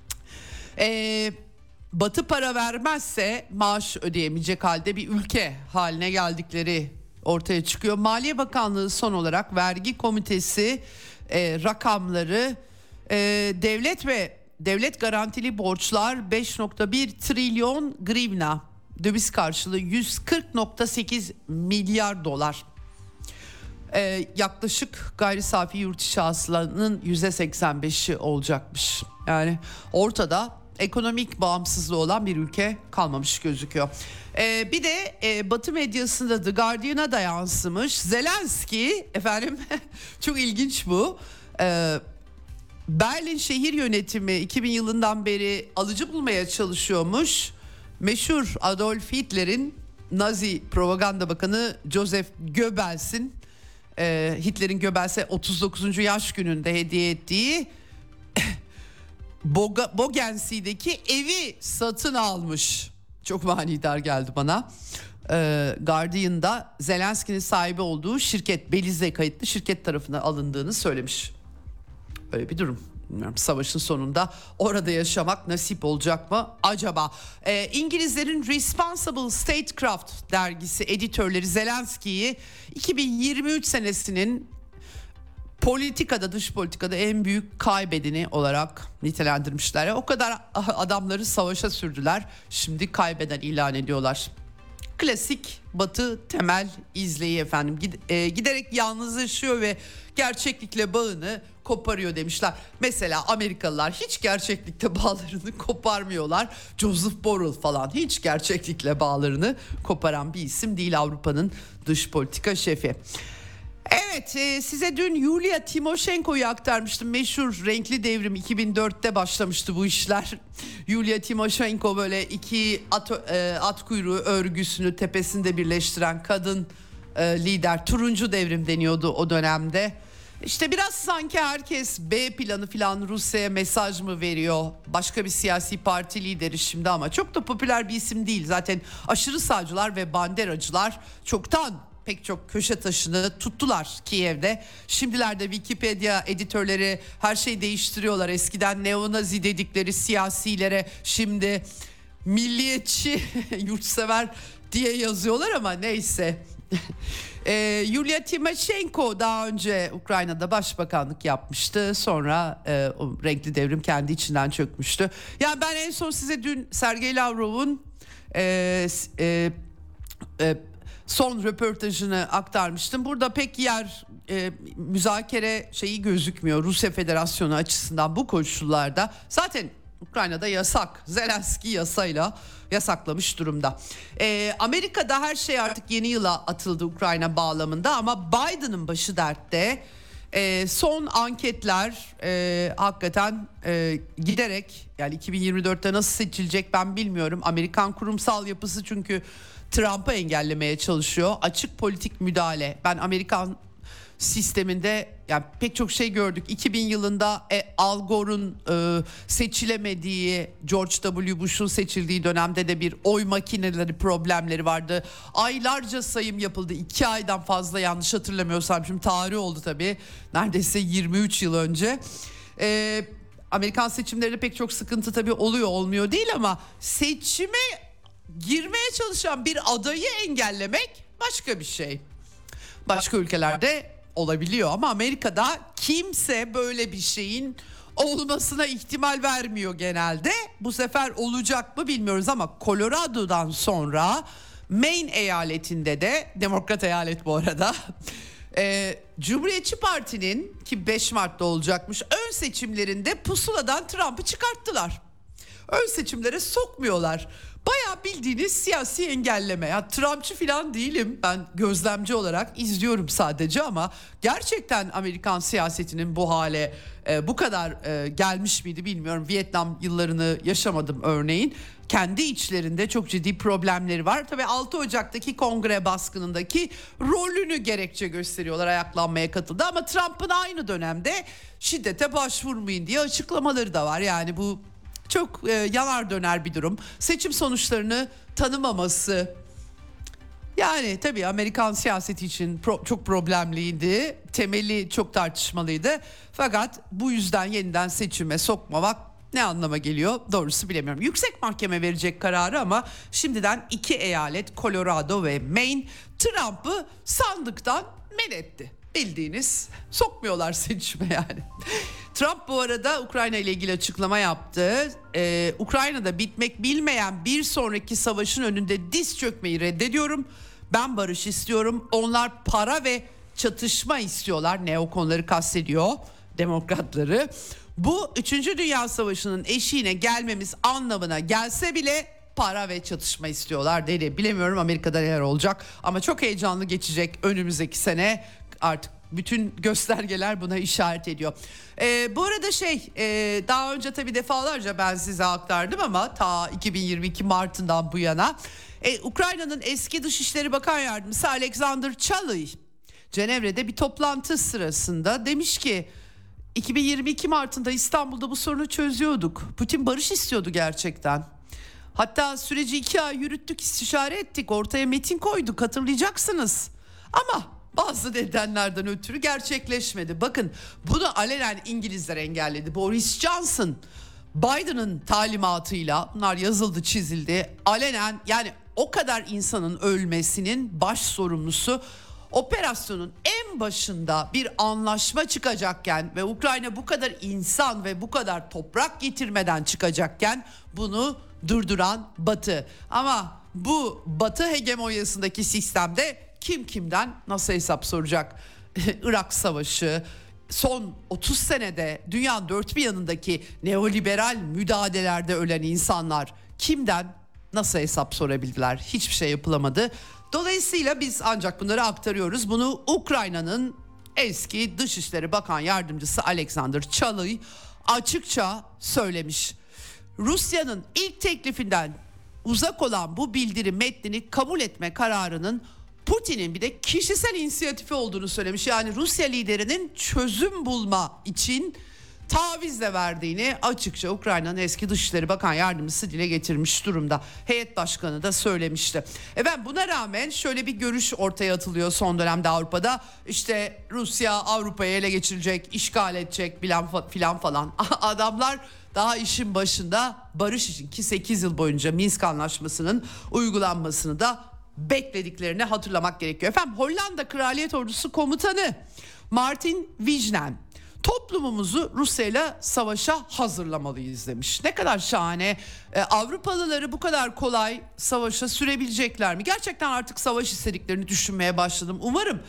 Batı para vermezse maaş ödeyemeyecek halde bir ülke haline geldikleri ortaya çıkıyor. Maliye Bakanlığı son olarak vergi komitesi rakamları, devlet garantili borçlar 5.1 trilyon grivna, döviz karşılığı 140.8 milyar dolar. Yaklaşık gayri safi yurt içi hasılanın %85'i olacakmış. Yani ortada ekonomik bağımsızlığı olan bir ülke kalmamış gözüküyor. Bir de Batı medyasında The Guardian'a da yansımış. Zelenski efendim çok ilginç bu. Berlin şehir yönetimi 2000 yılından beri alıcı bulmaya çalışıyormuş. Meşhur Adolf Hitler'in Nazi propaganda bakanı Joseph Goebbels'in Hitler'in Goebbels'e 39. yaş gününde hediye ettiği Bogensi'deki evi satın almış. Çok manidar geldi bana. Guardian'da Zelenski'nin sahibi olduğu şirket, Belize kayıtlı şirket tarafından alındığını söylemiş. Öyle bir durum. Bilmiyorum, savaşın sonunda orada yaşamak nasip olacak mı acaba? İngilizlerin Responsible Statecraft dergisi editörleri Zelenski'yi 2023 senesinin dış politikada en büyük kaybedeni olarak nitelendirmişler. O kadar adamları savaşa sürdüler. Şimdi kaybeden ilan ediyorlar. Klasik Batı temel izleyi efendim. Giderek yalnızlaşıyor ve gerçeklikle bağını koparıyor demişler. Mesela Amerikalılar hiç gerçeklikle bağlarını koparmıyorlar. Joseph Borrell falan hiç gerçeklikle bağlarını koparan bir isim değil, Avrupa'nın dış politika şefi. Evet, size dün Yulia Timoşenko'yu aktarmıştım. Meşhur renkli devrim 2004'te başlamıştı bu işler. Yulia Timoşenko böyle iki at kuyruğu örgüsünü tepesinde birleştiren kadın lider. Turuncu devrim deniyordu o dönemde. İşte biraz sanki herkes B planı filan, Rusya'ya mesaj mı veriyor? Başka bir siyasi parti lideri şimdi ama çok da popüler bir isim değil. Zaten aşırı sağcılar ve banderacılar çoktan pek çok köşe taşını tuttular Kiev'de. Şimdilerde Wikipedia editörleri her şeyi değiştiriyorlar. Eskiden neonazi dedikleri siyasilere şimdi milliyetçi, yurtsever diye yazıyorlar ama neyse. Yulia Timoşenko daha önce Ukrayna'da başbakanlık yapmıştı. Sonra o renkli devrim kendi içinden çökmüştü. Yani ben en son size dün Sergey Lavrov'un son röportajını aktarmıştım. Burada pek yer müzakere şeyi gözükmüyor Rusya Federasyonu açısından bu koşullarda. Zaten Ukrayna'da yasak. Zelenski yasayla yasaklamış durumda. Amerika'da her şey artık yeni yıla atıldı Ukrayna bağlamında ama Biden'ın başı dertte. Son anketler hakikaten giderek, yani 2024'te nasıl seçilecek ben bilmiyorum. Amerikan kurumsal yapısı çünkü Trump'ı engellemeye çalışıyor. Açık politik müdahale. Ben Amerikan sisteminde yani pek çok şey gördük. 2000 yılında Al Gore'un seçilemediği, George W. Bush'un seçildiği dönemde de bir oy makineleri problemleri vardı. Aylarca sayım yapıldı. 2 aydan fazla, yanlış hatırlamıyorsam. Şimdi tarih oldu tabii. Neredeyse 23 yıl önce. Amerikan seçimlerinde pek çok sıkıntı tabii oluyor, olmuyor değil ama seçime girmeye çalışan bir adayı engellemek başka bir şey. Başka ülkelerde olabiliyor ama Amerika'da kimse böyle bir şeyin olmasına ihtimal vermiyor genelde. Bu sefer olacak mı bilmiyoruz ama Colorado'dan sonra Maine eyaletinde de, Demokrat eyalet bu arada, Cumhuriyetçi Parti'nin, ki 5 Mart'ta olacakmış, ön seçimlerinde pusuladan Trump'ı çıkarttılar. Ön seçimlere sokmuyorlar. Bayağı bildiğiniz siyasi engelleme. Ya Trumpçı falan değilim, ben gözlemci olarak izliyorum sadece ama gerçekten Amerikan siyasetinin bu hale bu kadar gelmiş miydi bilmiyorum. Vietnam yıllarını yaşamadım örneğin. Kendi içlerinde çok ciddi problemleri var. Tabii 6 Ocak'taki kongre baskınındaki rolünü gerekçe gösteriyorlar, ayaklanmaya katıldı. Ama Trump'ın aynı dönemde şiddete başvurmayın diye açıklamaları da var. Yani bu çok yanar döner bir durum. Seçim sonuçlarını tanımaması, yani tabii Amerikan siyaseti için çok problemliydi. Temeli çok tartışmalıydı. Fakat bu yüzden yeniden seçime sokmamak ne anlama geliyor doğrusu bilemiyorum. Yüksek Mahkeme verecek kararı ama şimdiden 2 eyalet, Colorado ve Maine, Trump'ı sandıktan men etti. Bildiğiniz sokmuyorlar seçime yani. Trump bu arada Ukrayna ile ilgili açıklama yaptı. Ukrayna'da bitmek bilmeyen bir sonraki savaşın önünde diz çökmeyi reddediyorum. Ben barış istiyorum. Onlar para ve çatışma istiyorlar. Neokonları kastediyor, demokratları. Bu 3. Dünya Savaşı'nın eşiğine gelmemiz anlamına gelse bile para ve çatışma istiyorlar dedi. Bilemiyorum Amerika'da neler olacak ama çok heyecanlı geçecek önümüzdeki sene. Artık bütün göstergeler buna işaret ediyor. Bu arada daha önce tabii defalarca ben size aktardım ama ta 2022 Mart'ından bu yana Ukrayna'nın eski Dışişleri Bakan Yardımcısı Alexander Chaly Cenevre'de bir toplantı sırasında demiş ki 2022 Mart'ında İstanbul'da bu sorunu çözüyorduk. Putin barış istiyordu gerçekten. Hatta süreci 2 ay yürüttük, istişare ettik, ortaya metin koyduk, hatırlayacaksınız. Ama bazı nedenlerden ötürü gerçekleşmedi. Bakın bunu alenen İngilizler engelledi. Boris Johnson Biden'ın talimatıyla, bunlar yazıldı çizildi, alenen, yani o kadar insanın ölmesinin baş sorumlusu, operasyonun en başında bir anlaşma çıkacakken ve Ukrayna bu kadar insan ve bu kadar toprak getirmeden çıkacakken bunu durduran Batı. Ama bu Batı hegemonyasındaki sistemde kim kimden nasıl hesap soracak? Irak Savaşı, son 30 senede dünyanın dört bir yanındaki neoliberal müdahalelerde ölen insanlar kimden nasıl hesap sorabildiler? Hiçbir şey yapılamadı. Dolayısıyla biz ancak bunları aktarıyoruz. Bunu Ukrayna'nın eski Dışişleri Bakan Yardımcısı Alexander Chaly açıkça söylemiş. Rusya'nın ilk teklifinden uzak olan bu bildiri metnini kabul etme kararının Putin'in bir de kişisel inisiyatifi olduğunu söylemiş. Yani Rusya liderinin çözüm bulma için tavizle verdiğini açıkça Ukrayna'nın eski Dışişleri Bakan Yardımcısı dile getirmiş durumda. Heyet başkanı da söylemişti. Efendim buna rağmen şöyle bir görüş ortaya atılıyor son dönemde Avrupa'da. İşte Rusya Avrupa'yı ele geçirecek, işgal edecek filan falan. Adamlar daha işin başında barış için ki 8 yıl boyunca Minsk Anlaşması'nın uygulanmasını da beklediklerini hatırlamak gerekiyor. Efendim Hollanda Kraliyet Ordusu Komutanı Martin Wijnen toplumumuzu Rusya'yla savaşa hazırlamalıyız demiş. Ne kadar şahane. Avrupalıları bu kadar kolay savaşa sürebilecekler mi? Gerçekten artık savaş istediklerini düşünmeye başladım. Umarım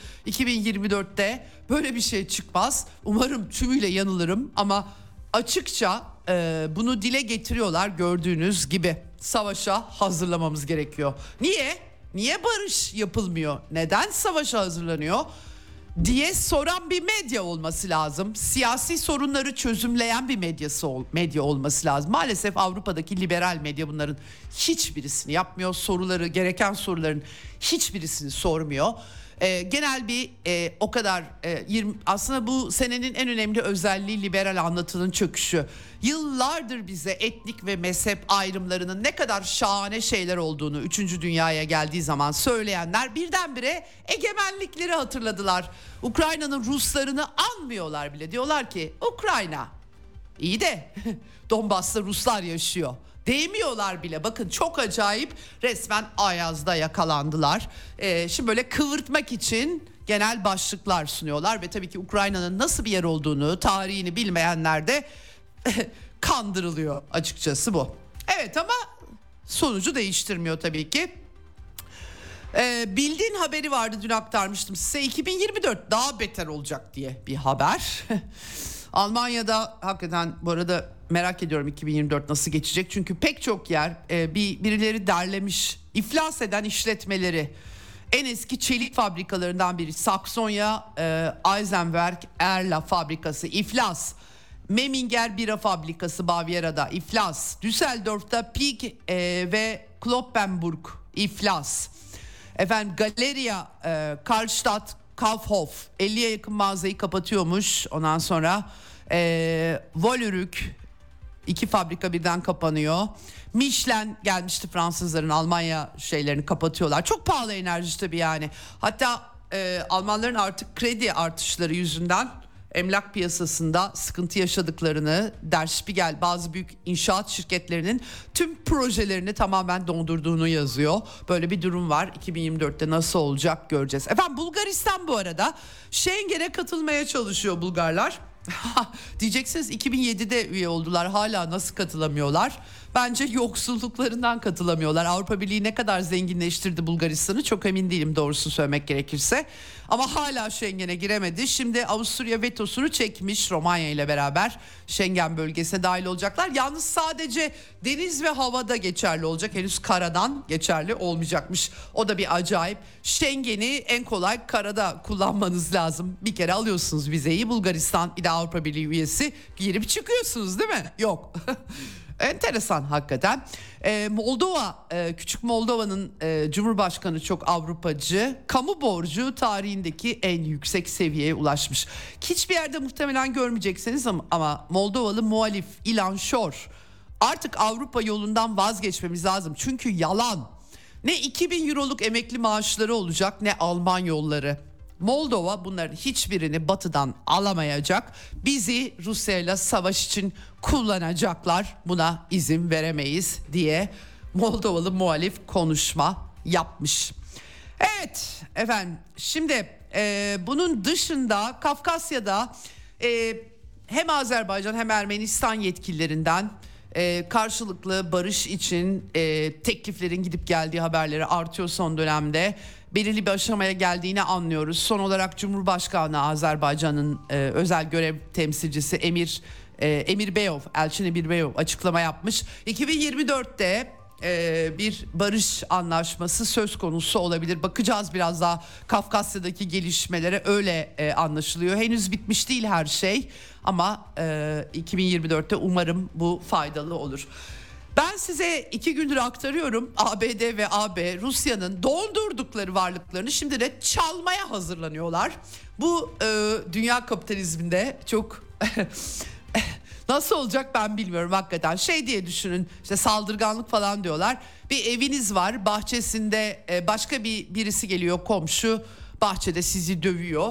2024'te böyle bir şey çıkmaz. Umarım tümüyle yanılırım ama açıkça bunu dile getiriyorlar gördüğünüz gibi. Savaşa hazırlamamız gerekiyor. Niye? Niye barış yapılmıyor? Neden savaşa hazırlanıyor diye soran bir medya olması lazım. Siyasi sorunları çözümleyen bir medya olması lazım. Maalesef Avrupa'daki liberal medya bunların hiçbirisini yapmıyor. Gereken soruların hiçbirisini sormuyor. Genel bir o kadar aslında bu senenin en önemli özelliği liberal anlatının çöküşü. Yıllardır bize etnik ve mezhep ayrımlarının ne kadar şahane şeyler olduğunu 3. dünyaya geldiği zaman söyleyenler birdenbire egemenlikleri hatırladılar. Ukrayna'nın Ruslarını anmıyorlar bile. Diyorlar ki Ukrayna iyi de Donbas'ta Ruslar yaşıyor. Değmiyorlar bile. Bakın çok acayip, resmen ayazda yakalandılar. Şimdi böyle kıvırtmak için genel başlıklar sunuyorlar ve tabii ki Ukrayna'nın nasıl bir yer olduğunu, tarihini bilmeyenler de kandırılıyor, açıkçası bu. Evet ama sonucu değiştirmiyor tabii ki. Bildiğin haberi vardı, dün aktarmıştım size. 2024 daha beter olacak diye bir haber. Almanya'da hakikaten bu arada merak ediyorum 2024 nasıl geçecek. Çünkü pek çok yer birileri derlemiş iflas eden işletmeleri. En eski çelik fabrikalarından biri Saksonya Eisenwerk Erla fabrikası iflas. Meminger bira fabrikası Bavyera'da iflas. Düsseldorf'ta Peak ve Kloppenburg iflas. Efendim Galeria Karlstadt Kaufhof 50'ye yakın mağazayı kapatıyormuş. Ondan sonra Volürük 2 fabrika birden kapanıyor. Michelin gelmişti, Fransızların Almanya şeylerini kapatıyorlar. Çok pahalı enerji tabii yani. Hatta Almanların artık kredi artışları yüzünden emlak piyasasında sıkıntı yaşadıklarını, Der Spiegel bazı büyük inşaat şirketlerinin tüm projelerini tamamen dondurduğunu yazıyor. Böyle bir durum var. 2024'te nasıl olacak göreceğiz. Efendim Bulgaristan bu arada Schengen'e katılmaya çalışıyor Bulgarlar. Diyeceksiniz 2007'de üye oldular, hala nasıl katılamıyorlar? Bence yoksulluklarından katılamıyorlar. Avrupa Birliği ne kadar zenginleştirdi Bulgaristan'ı çok emin değilim doğrusunu söylemek gerekirse. Ama hala Schengen'e giremedi. Şimdi Avusturya vetosunu çekmiş, Romanya ile beraber Schengen bölgesine dahil olacaklar. Yalnız sadece deniz ve havada geçerli olacak. Henüz karadan geçerli olmayacakmış. O da bir acayip. Schengen'i en kolay karada kullanmanız lazım. Bir kere alıyorsunuz vizeyi, Bulgaristan bir de Avrupa Birliği üyesi, girip çıkıyorsunuz değil mi? Yok. Enteresan hakikaten. Moldova, küçük Moldova'nın Cumhurbaşkanı çok Avrupacı. Kamu borcu tarihindeki en yüksek seviyeye ulaşmış. Hiçbir yerde muhtemelen görmeyeceksiniz ama Moldovalı muhalif Ilan Şor, artık Avrupa yolundan vazgeçmemiz lazım. Çünkü yalan. Ne 2000 euroluk emekli maaşları olacak, ne Alman yolları. Moldova bunların hiçbirini batıdan alamayacak. Bizi Rusya'yla savaş için kullanacaklar. Buna izin veremeyiz diye Moldovalı muhalif konuşma yapmış. Evet efendim, şimdi bunun dışında Kafkasya'da hem Azerbaycan hem Ermenistan yetkililerinden karşılıklı barış için tekliflerin gidip geldiği haberleri artıyor son dönemde. Belirli bir aşamaya geldiğini anlıyoruz. Son olarak Cumhurbaşkanı Azerbaycan'ın özel görev temsilcisi Emir Beyov, Elçin Emir Beyov açıklama yapmış. 2024'te bir barış anlaşması söz konusu olabilir. Bakacağız biraz daha Kafkasya'daki gelişmelere, öyle anlaşılıyor. Henüz bitmiş değil her şey ama 2024'te umarım bu faydalı olur. Ben size 2 gündür aktarıyorum, ABD ve AB Rusya'nın dondurdukları varlıklarını şimdi de çalmaya hazırlanıyorlar. Bu dünya kapitalizminde çok nasıl olacak ben bilmiyorum hakikaten. Şey diye düşünün, işte saldırganlık falan diyorlar. Bir eviniz var, bahçesinde başka birisi geliyor, komşu bahçede sizi dövüyor.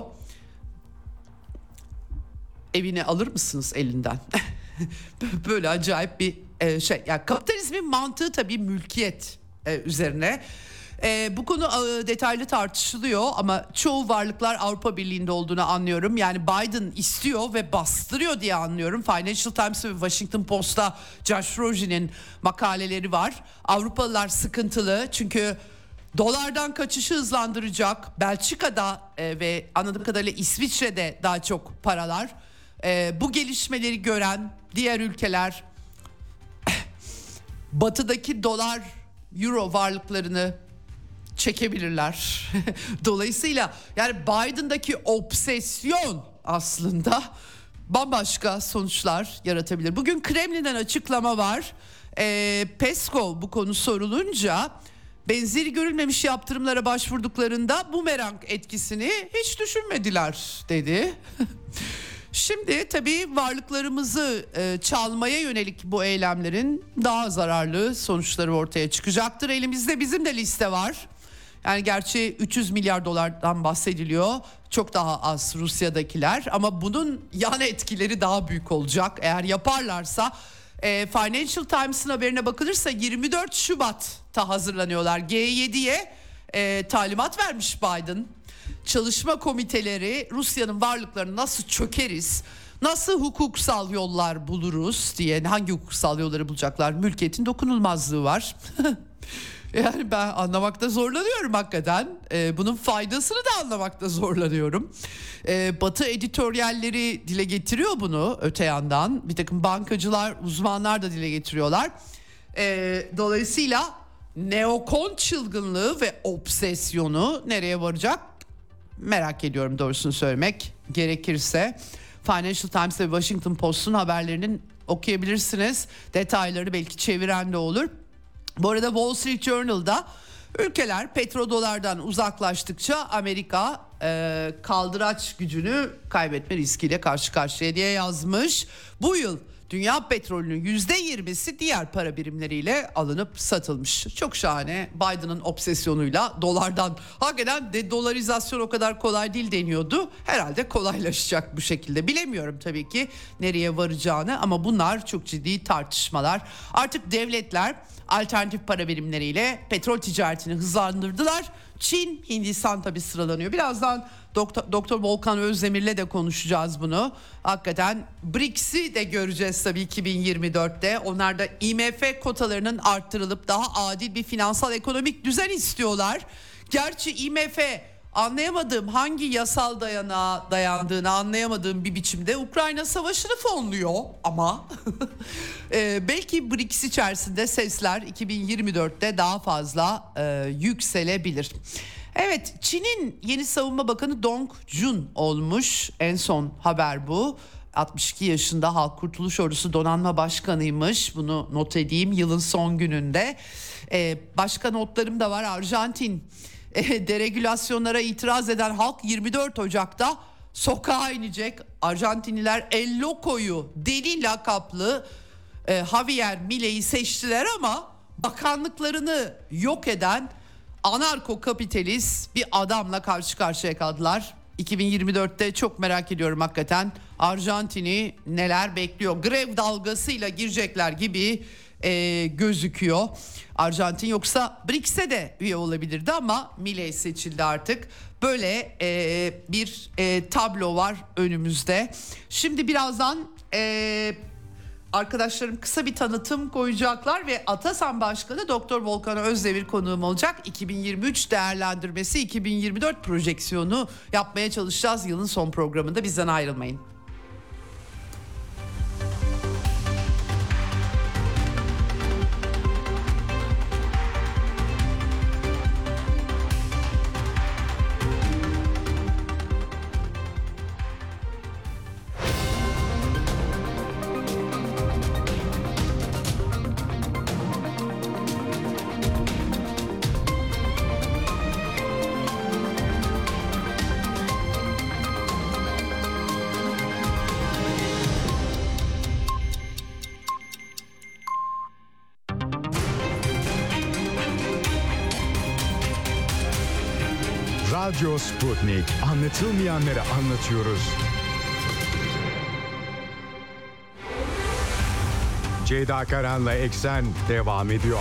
Evini alır mısınız elinden? Böyle acayip bir şey. Yani kapitalizmin mantığı tabii mülkiyet üzerine. Bu konu detaylı tartışılıyor ama çoğu varlıklar Avrupa Birliği'nde olduğunu anlıyorum. Yani Biden istiyor ve bastırıyor diye anlıyorum. Financial Times ve Washington Post'ta Josh Rogin'in makaleleri var. Avrupalılar sıkıntılı çünkü dolardan kaçışı hızlandıracak. Belçika'da ve anladığım kadarıyla İsviçre'de daha çok paralar. Bu gelişmeleri gören diğer ülkeler batıdaki dolar, euro varlıklarını çekebilirler. Dolayısıyla yani Biden'daki obsesyon aslında bambaşka sonuçlar yaratabilir. Bugün Kremlin'den açıklama var. Peskov bu konu sorulunca benzeri görülmemiş yaptırımlara başvurduklarında bumerang etkisini hiç düşünmediler dedi. Şimdi tabii varlıklarımızı çalmaya yönelik bu eylemlerin daha zararlı sonuçları ortaya çıkacaktır. Elimizde bizim de liste var. Yani gerçi 300 milyar dolardan bahsediliyor. Çok daha az Rusya'dakiler ama bunun yan etkileri daha büyük olacak. Eğer yaparlarsa Financial Times'ın haberine bakılırsa 24 Şubat'ta hazırlanıyorlar. G7'ye talimat vermiş Biden. Çalışma komiteleri Rusya'nın varlıklarını nasıl çökeriz, nasıl hukuksal yollar buluruz diye. Hangi hukuksal yolları bulacaklar? Mülkiyetin dokunulmazlığı var. Yani ben anlamakta zorlanıyorum hakikaten. Bunun faydasını da anlamakta zorlanıyorum. Batı editoryalleri dile getiriyor bunu öte yandan. Bir takım bankacılar, uzmanlar da dile getiriyorlar. Dolayısıyla neokon çılgınlığı ve obsesyonu nereye varacak? Merak ediyorum doğrusunu söylemek gerekirse. Financial Times ve Washington Post'un haberlerinin okuyabilirsiniz. Detayları belki çeviren de olur. Bu arada Wall Street Journal'da ülkeler petrodolardan uzaklaştıkça Amerika kaldıraç gücünü kaybetme riskiyle karşı karşıya diye yazmış. Bu yıl dünya petrolünün %20'si diğer para birimleriyle alınıp satılmış. Çok şahane. Biden'ın obsesyonuyla dolardan, hakikaten dedolarizasyon o kadar kolay değil deniyordu. Herhalde kolaylaşacak bu şekilde. Bilemiyorum tabii ki nereye varacağını ama bunlar çok ciddi tartışmalar. Artık devletler alternatif para birimleriyle petrol ticaretini hızlandırdılar. Çin, Hindistan tabii sıralanıyor. Birazdan Doktor Volkan Özdemir'le de konuşacağız bunu. Hakikaten BRICS'i de göreceğiz tabii 2024'te. Onlar da IMF kotalarının arttırılıp daha adil bir finansal ekonomik düzen istiyorlar. Gerçi IMF anlayamadığım, hangi yasal dayanağa dayandığını anlayamadığım bir biçimde Ukrayna Savaşı'nı fonluyor ama belki BRICS içerisinde sesler 2024'te daha fazla yükselebilir. Evet, Çin'in yeni savunma bakanı Dong Jun olmuş. En son haber bu. 62 yaşında Halk Kurtuluş Ordusu Donanma Başkanıymış. Bunu not edeyim yılın son gününde. Başka notlarım da var. Arjantin deregülasyonlara itiraz eden halk 24 Ocak'ta sokağa inecek. Arjantinliler El Loco'yu, deli lakaplı Javier Milei'yi seçtiler ama bakanlıklarını yok eden anarko kapitalist bir adamla karşı karşıya kaldılar. 2024'te çok merak ediyorum hakikaten. Arjantin'i neler bekliyor? Grev dalgasıyla girecekler gibi gözüküyor. Arjantin yoksa BRICS'e de üye olabilirdi ama Milei seçildi artık. Böyle bir tablo var önümüzde. Şimdi birazdan arkadaşlarım kısa bir tanıtım koyacaklar ve Atasan Başkanı Doktor Volkan Özdemir konuğum olacak. 2023 değerlendirmesi, 2024 projeksiyonu yapmaya çalışacağız yılın son programında. Bizden ayrılmayın. Radyo Sputnik. Anlatılmayanları anlatıyoruz. Ceyda Karan'la Eksen devam ediyor.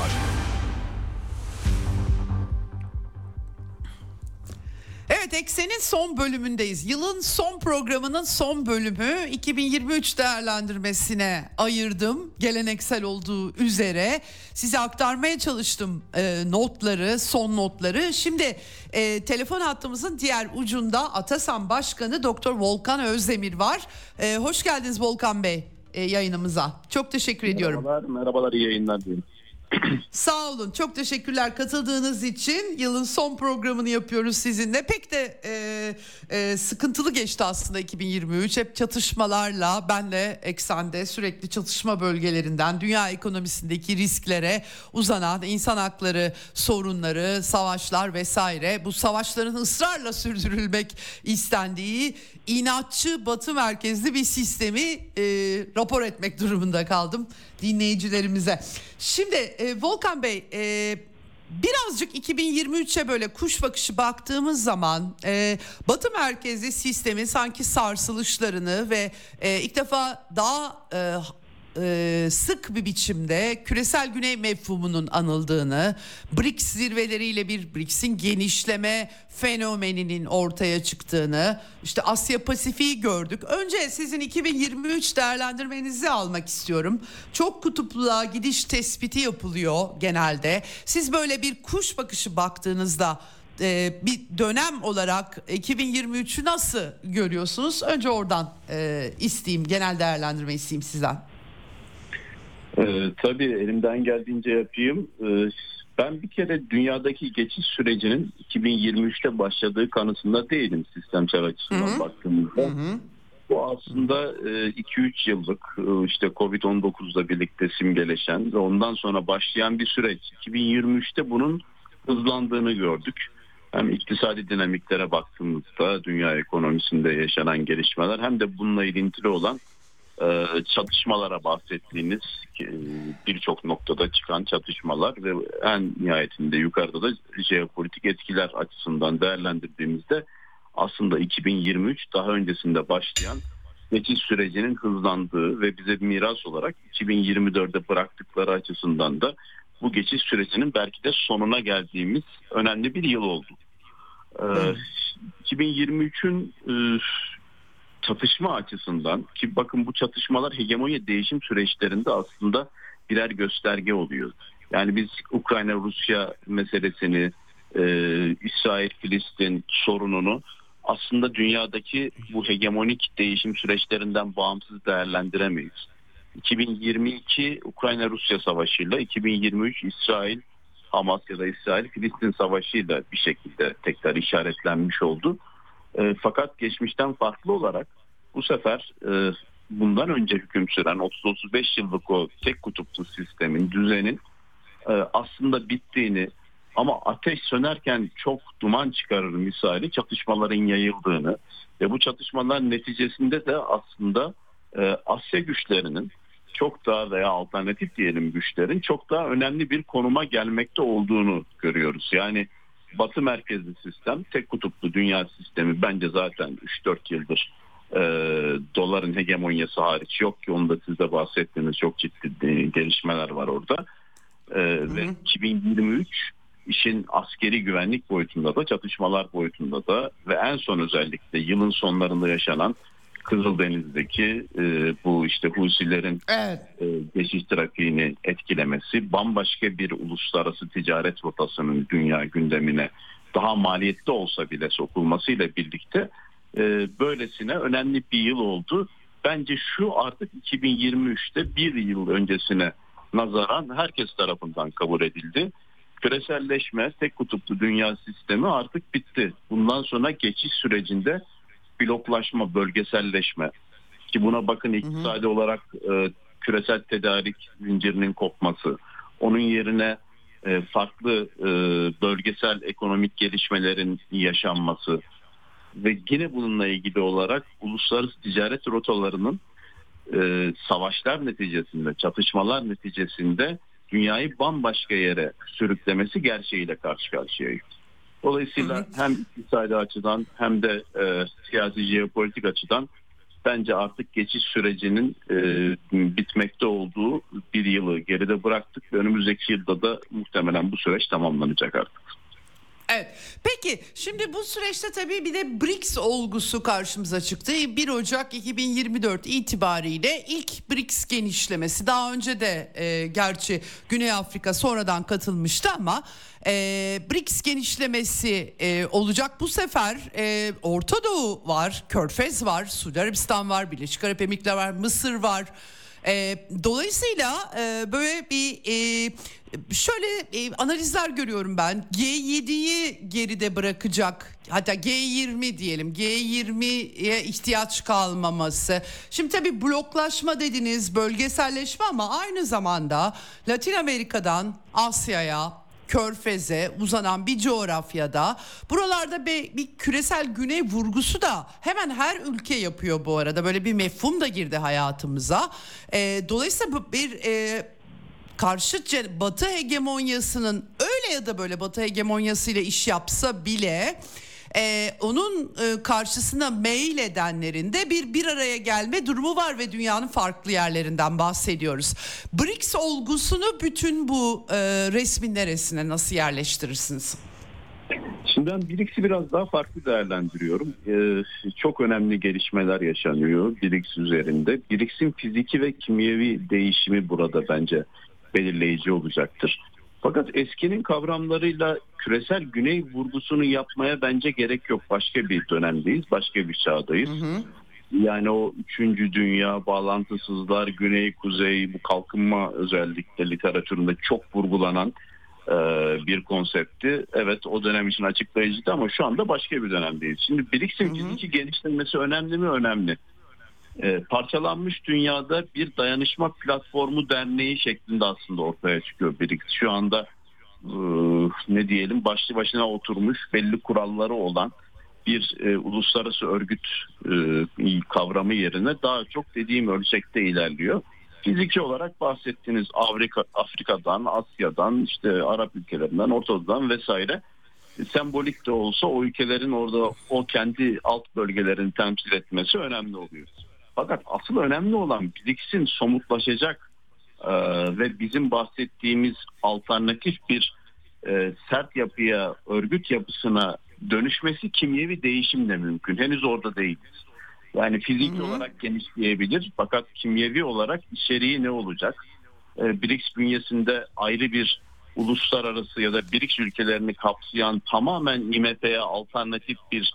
Evet, Eksen'in son bölümündeyiz. Yılın son programının son bölümü 2023 değerlendirmesine ayırdım. Geleneksel olduğu üzere size aktarmaya çalıştım notları, son notları. Şimdi telefon hattımızın diğer ucunda Atasan Başkanı Doktor Volkan Özdemir var. Hoş geldiniz Volkan Bey yayınımıza. Çok teşekkür ediyorum. Merhabalar, iyi yayınlar dilerim. Sağ olun, çok teşekkürler katıldığınız için. Yılın son programını yapıyoruz sizinle. Pek de sıkıntılı geçti aslında 2023. Hep çatışmalarla, ben de Eksen'de sürekli çatışma bölgelerinden dünya ekonomisindeki risklere uzanan insan hakları sorunları, savaşlar vesaire. Bu savaşların ısrarla sürdürülmek istendiği inatçı Batı merkezli bir sistemi rapor etmek durumunda kaldım dinleyicilerimize. Şimdi Volkan Bey, birazcık 2023'e böyle kuş bakışı baktığımız zaman Batı merkezli sistemin sanki sarsılışlarını ve ilk defa daha sık bir biçimde küresel güney mefhumunun anıldığını, BRICS zirveleriyle bir BRICS'in genişleme fenomeninin ortaya çıktığını, işte Asya Pasifik'i gördük. Önce sizin 2023 değerlendirmenizi almak istiyorum. Çok kutupluluğa gidiş tespiti yapılıyor genelde. Siz böyle bir kuş bakışı baktığınızda bir dönem olarak 2023'ü nasıl görüyorsunuz? Önce oradan isteyeyim, genel değerlendirme isteyeyim sizden. Tabii elimden geldiğince yapayım. Ben bir kere dünyadaki geçiş sürecinin 2023'te başladığı kanısında değilim sistemsel açısından baktığımızda. Bu aslında 2-3 yıllık işte Covid-19'la birlikte simgeleşen ve ondan sonra başlayan bir süreç. 2023'te bunun hızlandığını gördük. Hem iktisadi dinamiklere baktığımızda dünya ekonomisinde yaşanan gelişmeler hem de bununla ilintili olan çatışmalara bahsettiğiniz birçok noktada çıkan çatışmalar ve en nihayetinde yukarıda da jeopolitik etkiler açısından değerlendirdiğimizde aslında 2023 daha öncesinde başlayan geçiş sürecinin hızlandığı ve bize bir miras olarak 2024'de bıraktıkları açısından da bu geçiş sürecinin belki de sonuna geldiğimiz önemli bir yıl oldu. 2023'ün çatışma açısından ki bakın bu çatışmalar hegemonya değişim süreçlerinde aslında birer gösterge oluyor. Yani biz Ukrayna-Rusya meselesini, İsrail-Filistin sorununu aslında dünyadaki bu hegemonik değişim süreçlerinden bağımsız değerlendiremeyiz. 2022 Ukrayna-Rusya savaşıyla 2023 İsrail-Hamas ya da İsrail-Filistin savaşıyla bir şekilde tekrar işaretlenmiş oldu. Fakat geçmişten farklı olarak bu sefer bundan önce hüküm süren 30-35 yıllık o tek kutuplu sistemin, düzenin aslında bittiğini ama ateş sönerken çok duman çıkarır misali çatışmaların yayıldığını ve bu çatışmalar neticesinde de aslında Asya güçlerinin çok daha veya alternatif diyelim güçlerin çok daha önemli bir konuma gelmekte olduğunu görüyoruz. Yani Batı merkezli sistem, tek kutuplu dünya sistemi bence zaten 3-4 yıldır doların hegemonyası hariç yok ki onu da siz de bahsettiğiniz çok ciddi gelişmeler var orada. Ve 2023 işin askeri güvenlik boyutunda da çatışmalar boyutunda da ve en son özellikle yılın sonlarında yaşanan Kızıldeniz'deki bu işte Husilerin geçiş trafiğini etkilemesi, bambaşka bir uluslararası ticaret rotasının dünya gündemine daha maliyetli olsa bile sokulmasıyla birlikte böylesine önemli bir yıl oldu. Bence şu artık 2023'te bir yıl öncesine nazaran herkes tarafından kabul edildi. Küreselleşme, tek kutuplu dünya sistemi artık bitti. Bundan sonra geçiş sürecinde bloklaşma, bölgeselleşme ki buna bakın iktisadi olarak küresel tedarik zincirinin kopması, onun yerine farklı bölgesel ekonomik gelişmelerin yaşanması ve yine bununla ilgili olarak uluslararası ticaret rotalarının savaşlar neticesinde, çatışmalar neticesinde dünyayı bambaşka yere sürüklemesi gerçeğiyle karşı karşıyayız. Dolayısıyla hem iktisadi açıdan hem de siyasi jeopolitik açıdan bence artık geçiş sürecinin bitmekte olduğu bir yılı geride bıraktık ve önümüzdeki yılda da muhtemelen bu süreç tamamlanacak artık. Evet. Peki şimdi bu süreçte tabii bir de BRICS olgusu karşımıza çıktı. 1 Ocak 2024 itibariyle ilk BRICS genişlemesi. Daha önce de gerçi Güney Afrika sonradan katılmıştı ama BRICS genişlemesi olacak. Bu sefer Orta Doğu var, Körfez var, Suudi Arabistan var, Birleşik Arap Emirlikleri var, Mısır var. Dolayısıyla böyle bir şöyle analizler görüyorum ben. G7'yi geride bırakacak, hatta G20 diyelim, G20'ye ihtiyaç kalmaması. Şimdi tabii bloklaşma dediniz, bölgeselleşme ama aynı zamanda Latin Amerika'dan Asya'ya, Körfez'e uzanan bir coğrafyada, buralarda bir küresel güney vurgusu da hemen her ülke yapıyor bu arada. Böyle bir mefhum da girdi hayatımıza. Dolayısıyla bir karşıt Batı hegemonyasının öyle ya da böyle Batı hegemonyasıyla iş yapsa bile onun karşısına meyil edenlerin de bir araya gelme durumu var ve dünyanın farklı yerlerinden bahsediyoruz. BRICS olgusunu bütün bu resmin neresine nasıl yerleştirirsiniz? Şimdi ben BRICS'i biraz daha farklı değerlendiriyorum. Çok önemli gelişmeler yaşanıyor BRICS üzerinde. BRICS'in fiziki ve kimyevi değişimi burada bence belirleyici olacaktır. Fakat eskinin kavramlarıyla küresel güney vurgusunu yapmaya bence gerek yok. Başka bir dönemdeyiz, başka bir çağdayız. Yani o 3. dünya, bağlantısızlar, güney, kuzey, bu kalkınma özellikle literatüründe çok vurgulanan bir konsepti. Evet, o dönem için açıklayıcıydı ama şu anda başka bir dönemdeyiz. Şimdi BRICS'in fiziki genişlemesi önemli mi? Önemli. Parçalanmış dünyada bir dayanışma platformu derneği şeklinde aslında ortaya çıkıyor BRICS. Şu anda ne diyelim, başlı başına oturmuş belli kuralları olan bir uluslararası örgüt kavramı yerine daha çok dediğim ölçekte ilerliyor. Fiziki olarak bahsettiğiniz Afrika'dan, Asya'dan, işte Arap ülkelerinden, Orta Doğu'dan vesaire, sembolik de olsa o ülkelerin orada o kendi alt bölgelerini temsil etmesi önemli oluyor. Fakat asıl önemli olan BRICS'in somutlaşacak ve bizim bahsettiğimiz alternatif bir sert yapıya, örgüt yapısına dönüşmesi kimyevi değişimle mümkün. Henüz orada değiliz. Yani fiziki olarak genişleyebilir fakat kimyevi olarak içeriği ne olacak? BRICS bünyesinde ayrı bir uluslararası ya da BRICS ülkelerini kapsayan tamamen IMF'ye alternatif bir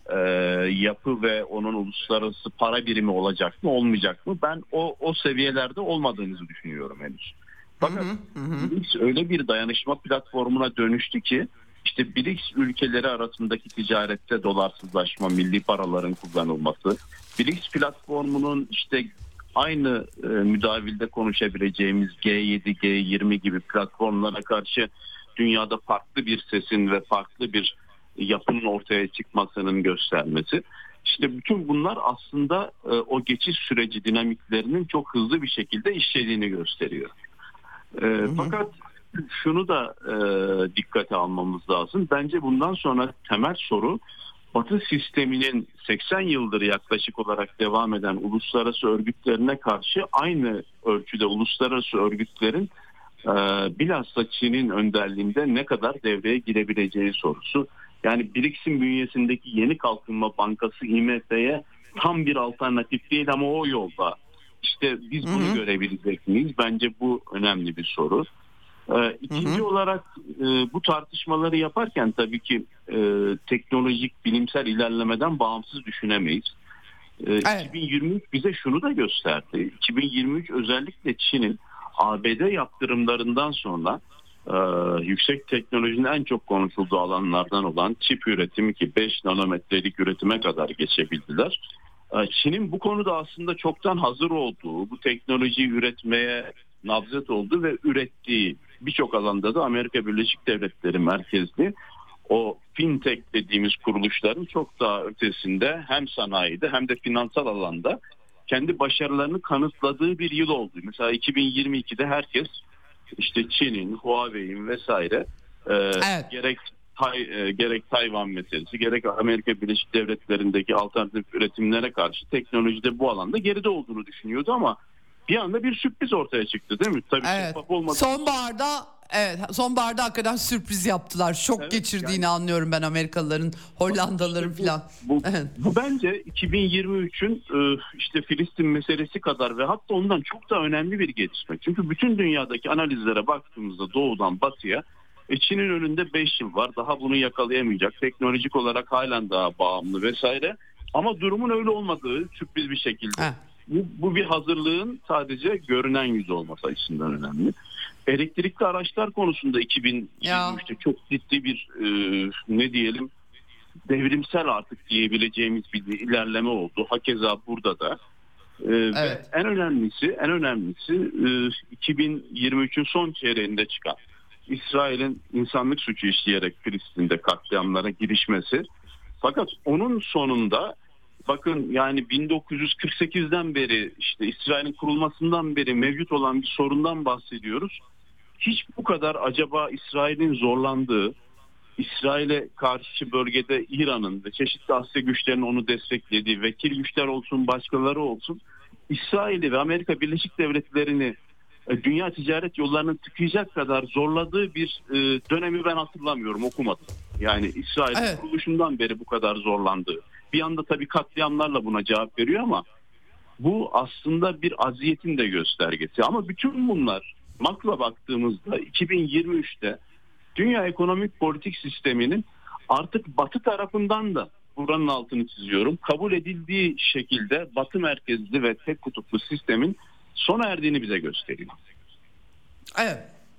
yapı ve onun uluslararası para birimi olacak mı, olmayacak mı? Ben o seviyelerde olmadığınızı düşünüyorum henüz. Fakat BRICS öyle bir dayanışma platformuna dönüştü ki işte BRICS ülkeleri arasındaki ticarette dolarsızlaşma, milli paraların kullanılması, BRICS platformunun işte aynı müdavilde konuşabileceğimiz G7, G20 gibi platformlara karşı dünyada farklı bir sesin ve farklı bir yapının ortaya çıkmasının göstermesi. İşte bütün bunlar aslında o geçiş süreci dinamiklerinin çok hızlı bir şekilde işlediğini gösteriyor. Fakat şunu da dikkate almamız lazım. Bence bundan sonra temel soru, Batı sisteminin 80 yıldır yaklaşık olarak devam eden uluslararası örgütlerine karşı aynı ölçüde uluslararası örgütlerin bilhassa Çin'in önderliğinde ne kadar devreye girebileceği sorusu. Yani BRICS'in bünyesindeki Yeni Kalkınma Bankası IMF'ye tam bir alternatif değil ama o yolda. İşte biz bunu görebilecek miyiz? Bence bu önemli bir soru. İkinci olarak bu tartışmaları yaparken tabii ki teknolojik, bilimsel ilerlemeden bağımsız düşünemeyiz. Evet. 2023 bize şunu da gösterdi. 2023 özellikle Çin'in ABD yaptırımlarından sonra yüksek teknolojinin en çok konuşulduğu alanlardan olan çip üretimi, ki 5 nanometrelik üretime kadar geçebildiler. Çin'in bu konuda aslında çoktan hazır olduğu, bu teknolojiyi üretmeye nabzet olduğu ve ürettiği birçok alanda da Amerika Birleşik Devletleri merkezli o fintech dediğimiz kuruluşların çok daha ötesinde hem sanayide hem de finansal alanda kendi başarılarını kanıtladığı bir yıl oldu. Mesela 2022'de herkes işte Çin'in, Huawei'in vesaire evet, gerek gerek Tayvan meselesi, gerek Amerika Birleşik Devletleri'ndeki alternatif üretimlere karşı teknolojide bu alanda geride olduğunu düşünüyordu ama bir anda bir sürpriz ortaya çıktı, değil mi? Tabii evet. olmadı. Sonbaharda hakikaten sürpriz yaptılar. Şok geçirdiğini anlıyorum ben Amerikalıların, Hollandalıların falan. Bu bence 2023'ün işte Filistin meselesi kadar ve hatta ondan çok da önemli bir gelişme. Çünkü bütün dünyadaki analizlere baktığımızda doğudan batıya Çin'in önünde 5 yıl var. Daha bunu yakalayamayacak. Teknolojik olarak halen daha bağımlı vesaire. Ama durumun öyle olmadığı sürpriz bir şekilde. Bu bir hazırlığın sadece görünen yüzü olması açısından önemli. Elektrikli araçlar konusunda 2023'te çok ciddi bir ne diyelim devrimsel artık diyebileceğimiz bir ilerleme oldu. Hakeza burada da. Evet. Ve en önemlisi 2023'ün son çeyreğinde çıkan İsrail'in insanlık suçu işleyerek Filistin'de katliamlara girişmesi. Fakat onun sonunda bakın yani 1948'den beri işte İsrail'in kurulmasından beri mevcut olan bir sorundan bahsediyoruz. Hiç bu kadar acaba İsrail'in zorlandığı, İsrail'e karşı bölgede İran'ın ve çeşitli Asya güçlerinin onu desteklediği, vekil güçler olsun başkaları olsun, İsrail'i ve Amerika Birleşik Devletleri'ni dünya ticaret yollarını tıkayacak kadar zorladığı bir dönemi ben hatırlamıyorum, okumadım. Yani İsrail'in kuruluşundan beri bu kadar zorlandığı. Bir anda tabii katliamlarla buna cevap veriyor ama bu aslında bir aziyetin de göstergesi. Ama bütün bunlar makro baktığımızda 2023'te dünya ekonomik politik sisteminin artık Batı tarafından da, buranın altını çiziyorum, kabul edildiği şekilde Batı merkezli ve tek kutuplu sistemin sona erdiğini bize gösteriyor. Evet.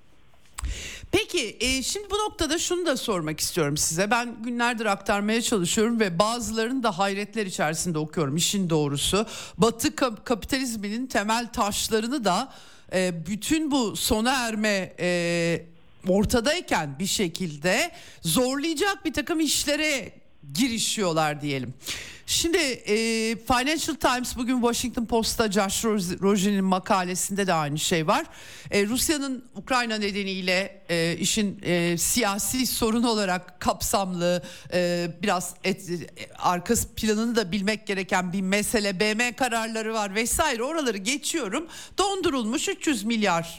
Peki şimdi bu noktada şunu da sormak istiyorum size. Ben günlerdir aktarmaya çalışıyorum ve bazılarını da hayretler içerisinde okuyorum işin doğrusu. Batı kapitalizminin temel taşlarını da bütün bu sona erme ortadayken bir şekilde zorlayacak bir takım işlere girişiyorlar diyelim. Şimdi Financial Times bugün Washington Post'ta Josh Rogin'in makalesinde de aynı şey var. Rusya'nın Ukrayna nedeniyle işin siyasi sorun olarak kapsamlı biraz arka planını da bilmek gereken bir mesele. BM kararları var vesaire, oraları geçiyorum. Dondurulmuş 300 milyar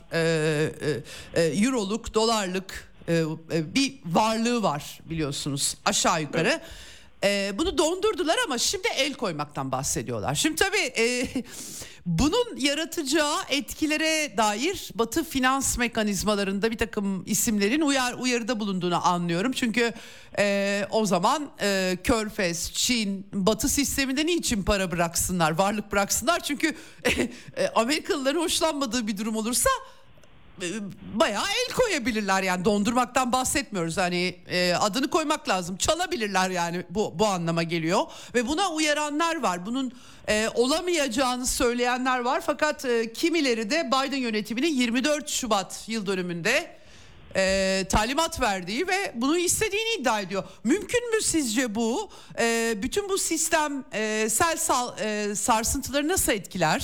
euroluk, dolarlık bir varlığı var biliyorsunuz aşağı yukarı. Evet. Bunu dondurdular ama şimdi el koymaktan bahsediyorlar. Şimdi tabii bunun yaratacağı etkilere dair Batı finans mekanizmalarında bir takım isimlerin uyarıda bulunduğunu anlıyorum. Çünkü o zaman Körfez, Çin, Batı sisteminde niçin para bıraksınlar, varlık bıraksınlar? Çünkü Amerikalıların hoşlanmadığı bir durum olursa bayağı el koyabilirler, yani dondurmaktan bahsetmiyoruz, hani adını koymak lazım, çalabilirler yani, bu anlama geliyor ve buna uyaranlar var, bunun olamayacağını söyleyenler var, fakat kimileri de Biden yönetiminin 24 Şubat yıl dönümünde talimat verdiği ve bunu istediğini iddia ediyor. Mümkün mü sizce bu? Bütün bu sistemsel sarsıntıları nasıl etkiler?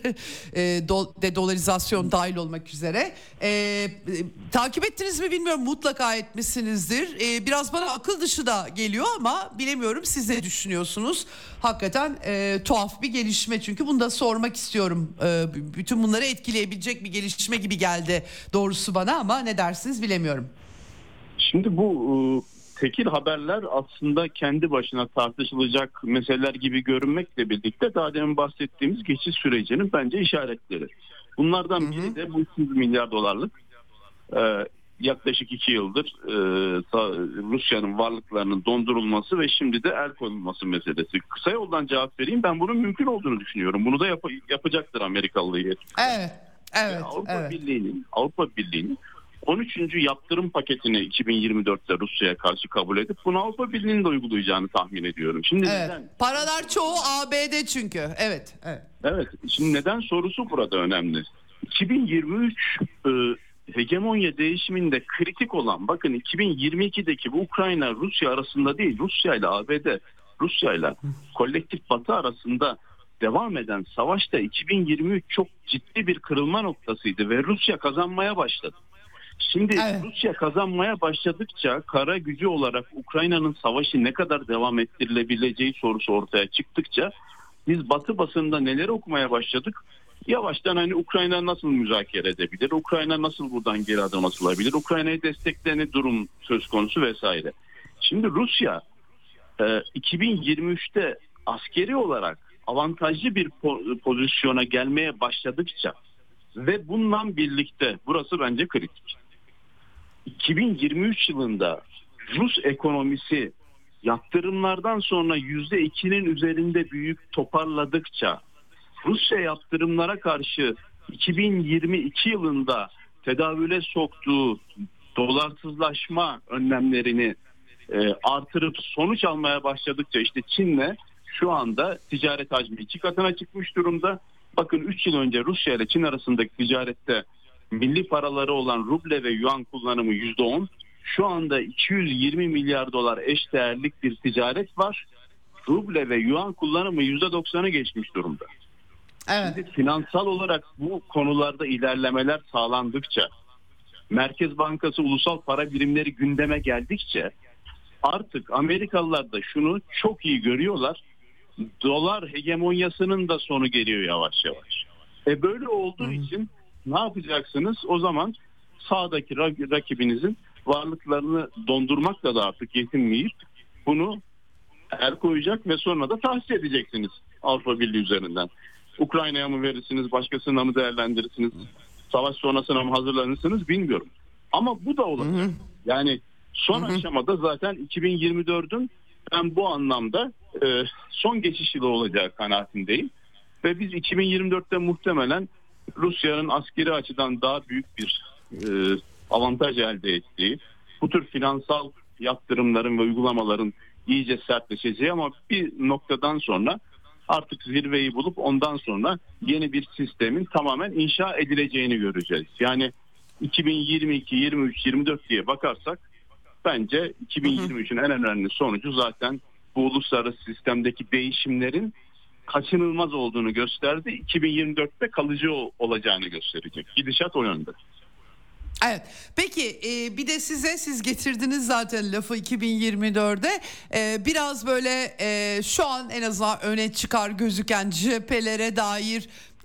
Dolarizasyon dahil olmak üzere. Takip ettiniz mi bilmiyorum, mutlaka etmişsinizdir. Biraz bana akıl dışı da geliyor ama bilemiyorum, siz ne düşünüyorsunuz? Hakikaten tuhaf bir gelişme, çünkü bunu da sormak istiyorum. Bütün bunları etkileyebilecek bir gelişme gibi geldi doğrusu bana, ama ne dersiniz bilemiyorum. Şimdi bu tekil haberler aslında kendi başına tartışılacak meseleler gibi görünmekle birlikte daha demin bahsettiğimiz geçiş sürecinin bence işaretleri. Bunlardan biri de bu 100 milyar dolarlık yaklaşık 2 yıldır Rusya'nın varlıklarının dondurulması ve şimdi de el konulması meselesi. Kısa yoldan cevap vereyim, ben bunun mümkün olduğunu düşünüyorum. Bunu da yapacaktır Amerikalı yetkililer. Evet. Avrupa Birliği'nin 13. yaptırım paketini 2024'te Rusya'ya karşı kabul edip bunu Avrupa Birliği'nin de uygulayacağını tahmin ediyorum. Şimdi neden? Paralar çoğu ABD çünkü. Evet. Şimdi neden sorusu burada önemli. 2023 hegemonya değişiminde kritik olan, bakın 2022'deki bu Ukrayna-Rusya arasında değil, Rusya ile ABD, Rusya ile kolektif Batı arasında devam eden savaşta 2023 çok ciddi bir kırılma noktasıydı ve Rusya kazanmaya başladı. Şimdi Evet. Rusya kazanmaya başladıkça kara gücü olarak Ukrayna'nın savaşı ne kadar devam ettirilebileceği sorusu ortaya çıktıkça biz Batı basında neler okumaya başladık? Yavaştan hani Ukrayna nasıl müzakere edebilir? Ukrayna nasıl buradan geri adım atılabilir? Ukrayna'yı destekleyen durum söz konusu vesaire. Şimdi Rusya 2023'te askeri olarak avantajlı bir pozisyona gelmeye başladıkça ve bununla birlikte burası bence kritik. 2023 yılında Rus ekonomisi yaptırımlardan sonra %2'nin üzerinde büyük toparladıkça Rusya yaptırımlara karşı 2022 yılında tedavüle soktuğu dolarsızlaşma önlemlerini artırıp sonuç almaya başladıkça işte Çin'le şu anda ticaret hacmi 2 katına çıkmış durumda. Bakın 3 yıl önce Rusya ile Çin arasındaki ticarette milli paraları olan ruble ve yuan kullanımı %10. Şu anda 220 milyar dolar eşdeğerlik bir ticaret var. Ruble ve yuan kullanımı %90'ı geçmiş durumda. Evet. Şimdi finansal olarak bu konularda ilerlemeler sağlandıkça, Merkez Bankası ulusal para birimleri gündeme geldikçe artık Amerikalılar da şunu çok iyi görüyorlar. Dolar hegemonyasının da sonu geliyor yavaş yavaş. Böyle olduğu için ne yapacaksınız? O zaman sağdaki rakibinizin varlıklarını dondurmakla da artık yetinmeyip bunu el koyacak ve sonra da tahsis edeceksiniz Avrupa Birliği üzerinden. Ukrayna'ya mı verirsiniz, başkasına mı değerlendirirsiniz, savaş sonrasına mı hazırlanırsınız bilmiyorum. Ama bu da olacak. Yani son aşamada zaten 2024'ün ben bu anlamda son geçiş yılı olacağı kanaatindeyim. Ve biz 2024'te muhtemelen Rusya'nın askeri açıdan daha büyük bir avantaj elde ettiği, bu tür finansal yaptırımların ve uygulamaların iyice sertleşeceği ama bir noktadan sonra artık zirveyi bulup ondan sonra yeni bir sistemin tamamen inşa edileceğini göreceğiz. Yani 2022, 23, 24 diye bakarsak bence 2023'ün en önemli sonucu zaten bu uluslararası sistemdeki değişimlerin kaçınılmaz olduğunu gösterdi. 2024'te kalıcı olacağını gösterecek. Gidişat o yönde. Evet. Peki bir de siz getirdiniz zaten lafı 2024'de biraz böyle şu an en azından öne çıkar gözüken cephelere dair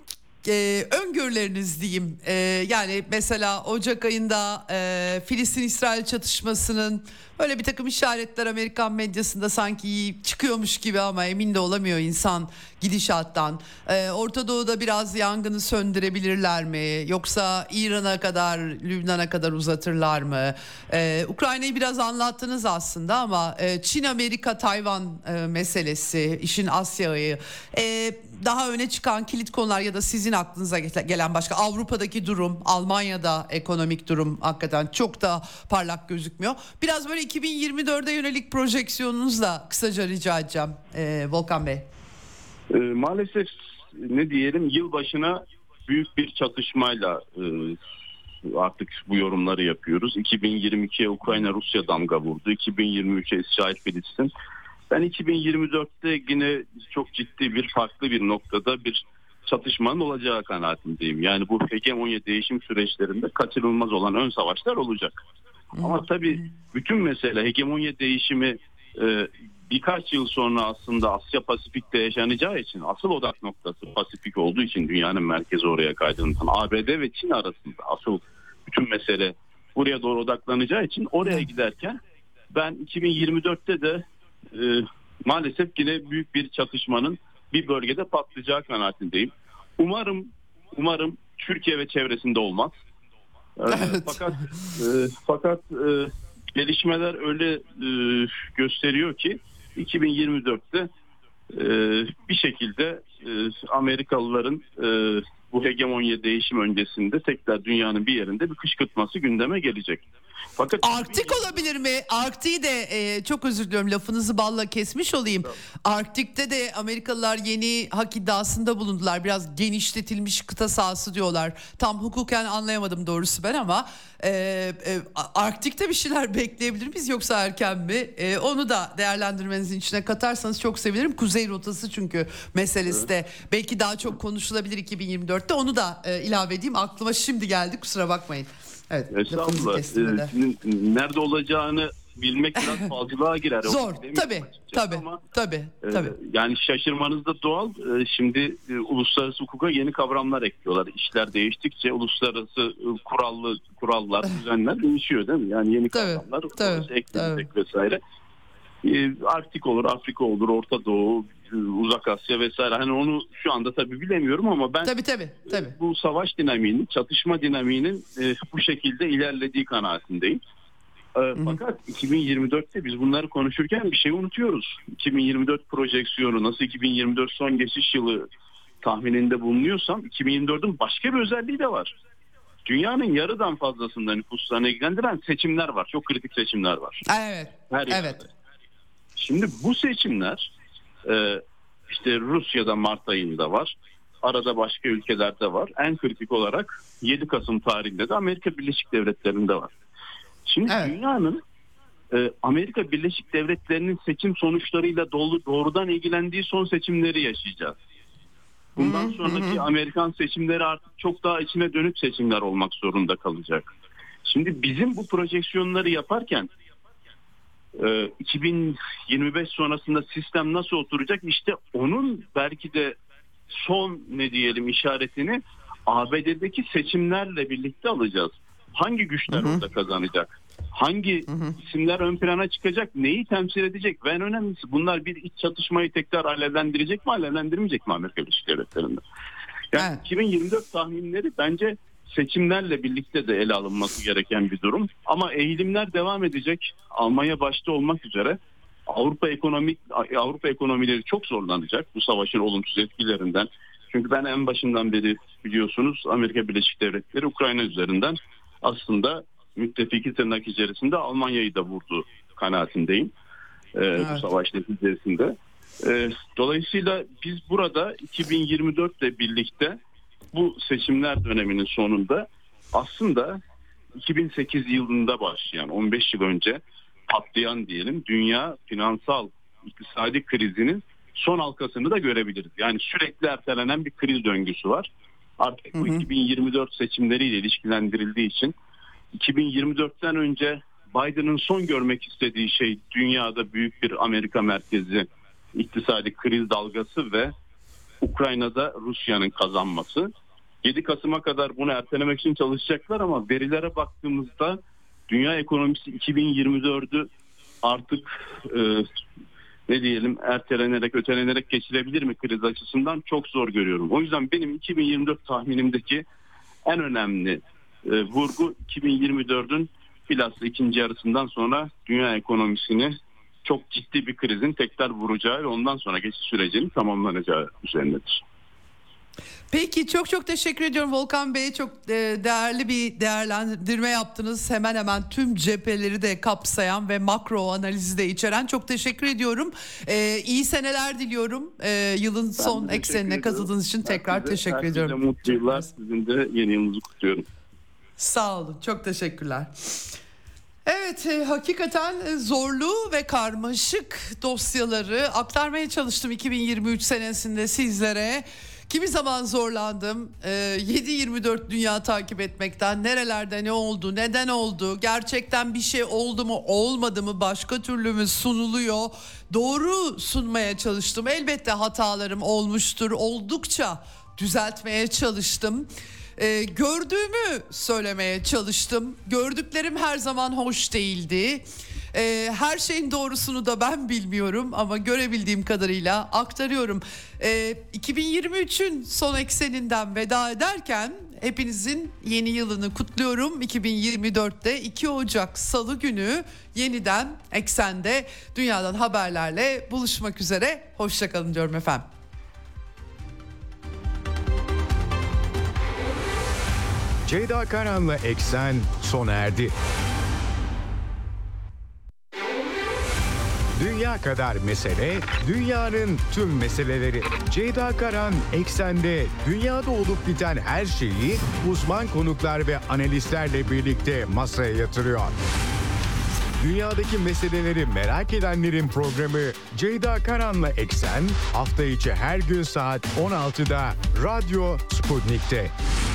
öngörüleriniz diyeyim. Yani mesela Ocak ayında Filistin-İsrail çatışmasının böyle bir takım işaretler Amerikan medyasında sanki çıkıyormuş gibi ama emin de olamıyor insan gidişattan. Orta Doğu'da biraz yangını söndürebilirler mi? Yoksa İran'a kadar, Lübnan'a kadar uzatırlar mı? Ukrayna'yı biraz anlattınız aslında ama Çin, Amerika, Tayvan meselesi, işin Asya'yı daha öne çıkan kilit konular ya da sizin aklınıza gelen başka Avrupa'daki durum, Almanya'da ekonomik durum hakikaten çok da parlak gözükmüyor. Biraz böyle 2024'e yönelik projeksiyonunuzla kısaca rica edeceğim Volkan Bey. Maalesef ne diyelim yılbaşına büyük bir çatışmayla artık bu yorumları yapıyoruz. 2022'ye Ukrayna-Rusya damga vurdu. 2023'e İsrail-Filistin. Ben 2024'te yine çok ciddi bir farklı bir noktada bir çatışmanın olacağı kanaatindeyim. Yani bu hegemonya değişim süreçlerinde kaçınılmaz olan ön savaşlar olacak. Ama tabii bütün mesele hegemonya değişimi birkaç yıl sonra aslında Asya Pasifik'te yaşanacağı için asıl odak noktası Pasifik olduğu için dünyanın merkezi oraya kaydığından ABD ve Çin arasında asıl bütün mesele buraya doğru odaklanacağı için oraya giderken ben 2024'te de maalesef yine büyük bir çatışmanın bir bölgede patlayacağı kanaatindeyim. Umarım Türkiye ve çevresinde olmaz. Evet. Fakat gelişmeler öyle gösteriyor ki 2024'te bir şekilde Amerikalıların bu hegemonya değişim öncesinde tekrar dünyanın bir yerinde bir kışkırtması gündeme gelecek. Fakat Arktik olabilir mi? Arktik'i de çok özür diliyorum lafınızı balla kesmiş olayım. Tamam. Arktik'te de Amerikalılar yeni hak iddiasında bulundular. Biraz genişletilmiş kıta sahası diyorlar. Tam hukuken anlayamadım doğrusu ben ama Arktik'te bir şeyler bekleyebilir miyiz yoksa erken mi? Onu da değerlendirmenizin içine katarsanız çok sevinirim. Kuzey rotası çünkü meselesi de belki daha çok konuşulabilir 2024'te. Onu da ilave edeyim. Aklıma şimdi geldi kusura bakmayın. Evet, lafınızı Estağfurullah. kestim de. Nerede olacağını bilmek biraz falcılığa girer. Zor, tabii. Ama, tabii. yani şaşırmanız da doğal. Şimdi uluslararası hukuka yeni kavramlar ekliyorlar. İşler değiştikçe uluslararası kurallar, düzenler değişiyor değil mi? Yani yeni kavramlar eklenecek vesaire. Arktik olur, Afrika olur, Orta Doğu, Uzak Asya vesaire. Hani onu şu anda tabii bilemiyorum ama ben tabii. Bu savaş dinamiğinin, çatışma dinamiğinin bu şekilde ilerlediği kanaatindeyim. Fakat 2024'te biz bunları konuşurken bir şey unutuyoruz. 2024 projeksiyonu nasıl 2024 son geçiş yılı tahmininde bulunuyorsam 2024'ün başka bir özelliği de var. Dünyanın yarıdan fazlasında nüfuslarını ilgilendiren seçimler var. Çok kritik seçimler var. Evet. Her yerde. Şimdi bu seçimler işte Rusya'da Mart ayında var. Arada başka ülkelerde var. En kritik olarak 7 Kasım tarihinde de Amerika Birleşik Devletleri'nde var. Şimdi dünyanın Amerika Birleşik Devletleri'nin seçim sonuçlarıyla doğrudan ilgilendiği son seçimleri yaşayacağız. Bundan sonraki Amerikan seçimleri artık çok daha içine dönük seçimler olmak zorunda kalacak. Şimdi bizim bu projeksiyonları yaparken 2025 sonrasında sistem nasıl oturacak? İşte onun belki de son işaretini ABD'deki seçimlerle birlikte alacağız. Hangi güçler orada kazanacak? Hangi isimler ön plana çıkacak? Neyi temsil edecek? Ve en önemlisi bunlar bir iç çatışmayı tekrar alevlendirecek mi, alevlendirmeyecek mi Amerika Birleşik Devletleri'nde? Yani 2024 tahminleri bence seçimlerle birlikte de ele alınması gereken bir durum. Ama eğilimler devam edecek. Almanya başta olmak üzere Avrupa ekonomileri çok zorlanacak bu savaşın olumsuz etkilerinden. Çünkü ben en başından beri biliyorsunuz Amerika Birleşik Devletleri Ukrayna üzerinden aslında müttefiki tırnak içerisinde Almanya'yı da vurdu kanaatindeyim bu savaş neticesinde. Dolayısıyla biz burada 2024 ile birlikte bu seçimler döneminin sonunda aslında 2008 yılında başlayan 15 yıl önce patlayan diyelim dünya finansal iktisadi krizinin son halkasını da görebiliriz. Yani sürekli ertelenen bir kriz döngüsü var. Artık bu 2024 seçimleriyle ilişkilendirildiği için 2024'ten önce Biden'ın son görmek istediği şey dünyada büyük bir Amerika merkezi iktisadi kriz dalgası ve Ukrayna'da Rusya'nın kazanması. 7 Kasım'a kadar bunu ertelemek için çalışacaklar ama verilere baktığımızda dünya ekonomisi 2024'ü artık ertelenerek, ötelenerek geçirebilir mi kriz açısından çok zor görüyorum. O yüzden benim 2024 tahminimdeki en önemli vurgu 2024'ün bilhassa ikinci yarısından sonra dünya ekonomisini çok ciddi bir krizin tekrar vuracağı ve ondan sonra geçiş sürecinin tamamlanacağı üzerindedir. Peki çok teşekkür ediyorum Volkan Bey. Çok değerli bir değerlendirme yaptınız. Hemen tüm cepheleri de kapsayan ve makro analizi de içeren. Çok teşekkür ediyorum. İyi seneler diliyorum. Yılın son eksenine katıldığınız için tekrar teşekkür ediyorum. Herkese mutlu yıllar. Sizin de yeni yılınızı kutluyorum. Sağ olun. Çok teşekkürler. Evet, hakikaten zorlu ve karmaşık dosyaları aktarmaya çalıştım 2023 senesinde sizlere. Kimi zaman zorlandım 7/24 dünya takip etmekten, nerelerde ne oldu, neden oldu, gerçekten bir şey oldu mu olmadı mı, başka türlü mü sunuluyor, doğru sunmaya çalıştım. Elbette hatalarım olmuştur, oldukça düzeltmeye çalıştım. Gördüğümü söylemeye çalıştım. Gördüklerim her zaman hoş değildi. Her şeyin doğrusunu da ben bilmiyorum ama görebildiğim kadarıyla aktarıyorum. 2023'ün son ekseninden veda ederken hepinizin yeni yılını kutluyorum. 2024'te 2 Ocak Salı günü yeniden eksende dünyadan haberlerle buluşmak üzere. Hoşçakalın diyorum efendim. Ceyda Karan'la Eksen sona erdi. Dünya kadar mesele, dünyanın tüm meseleleri. Ceyda Karan Eksen'de dünyada olup biten her şeyi uzman konuklar ve analistlerle birlikte masaya yatırıyor. Dünyadaki meseleleri merak edenlerin programı Ceyda Karan'la Eksen hafta içi her gün saat 16'da Radyo Sputnik'te.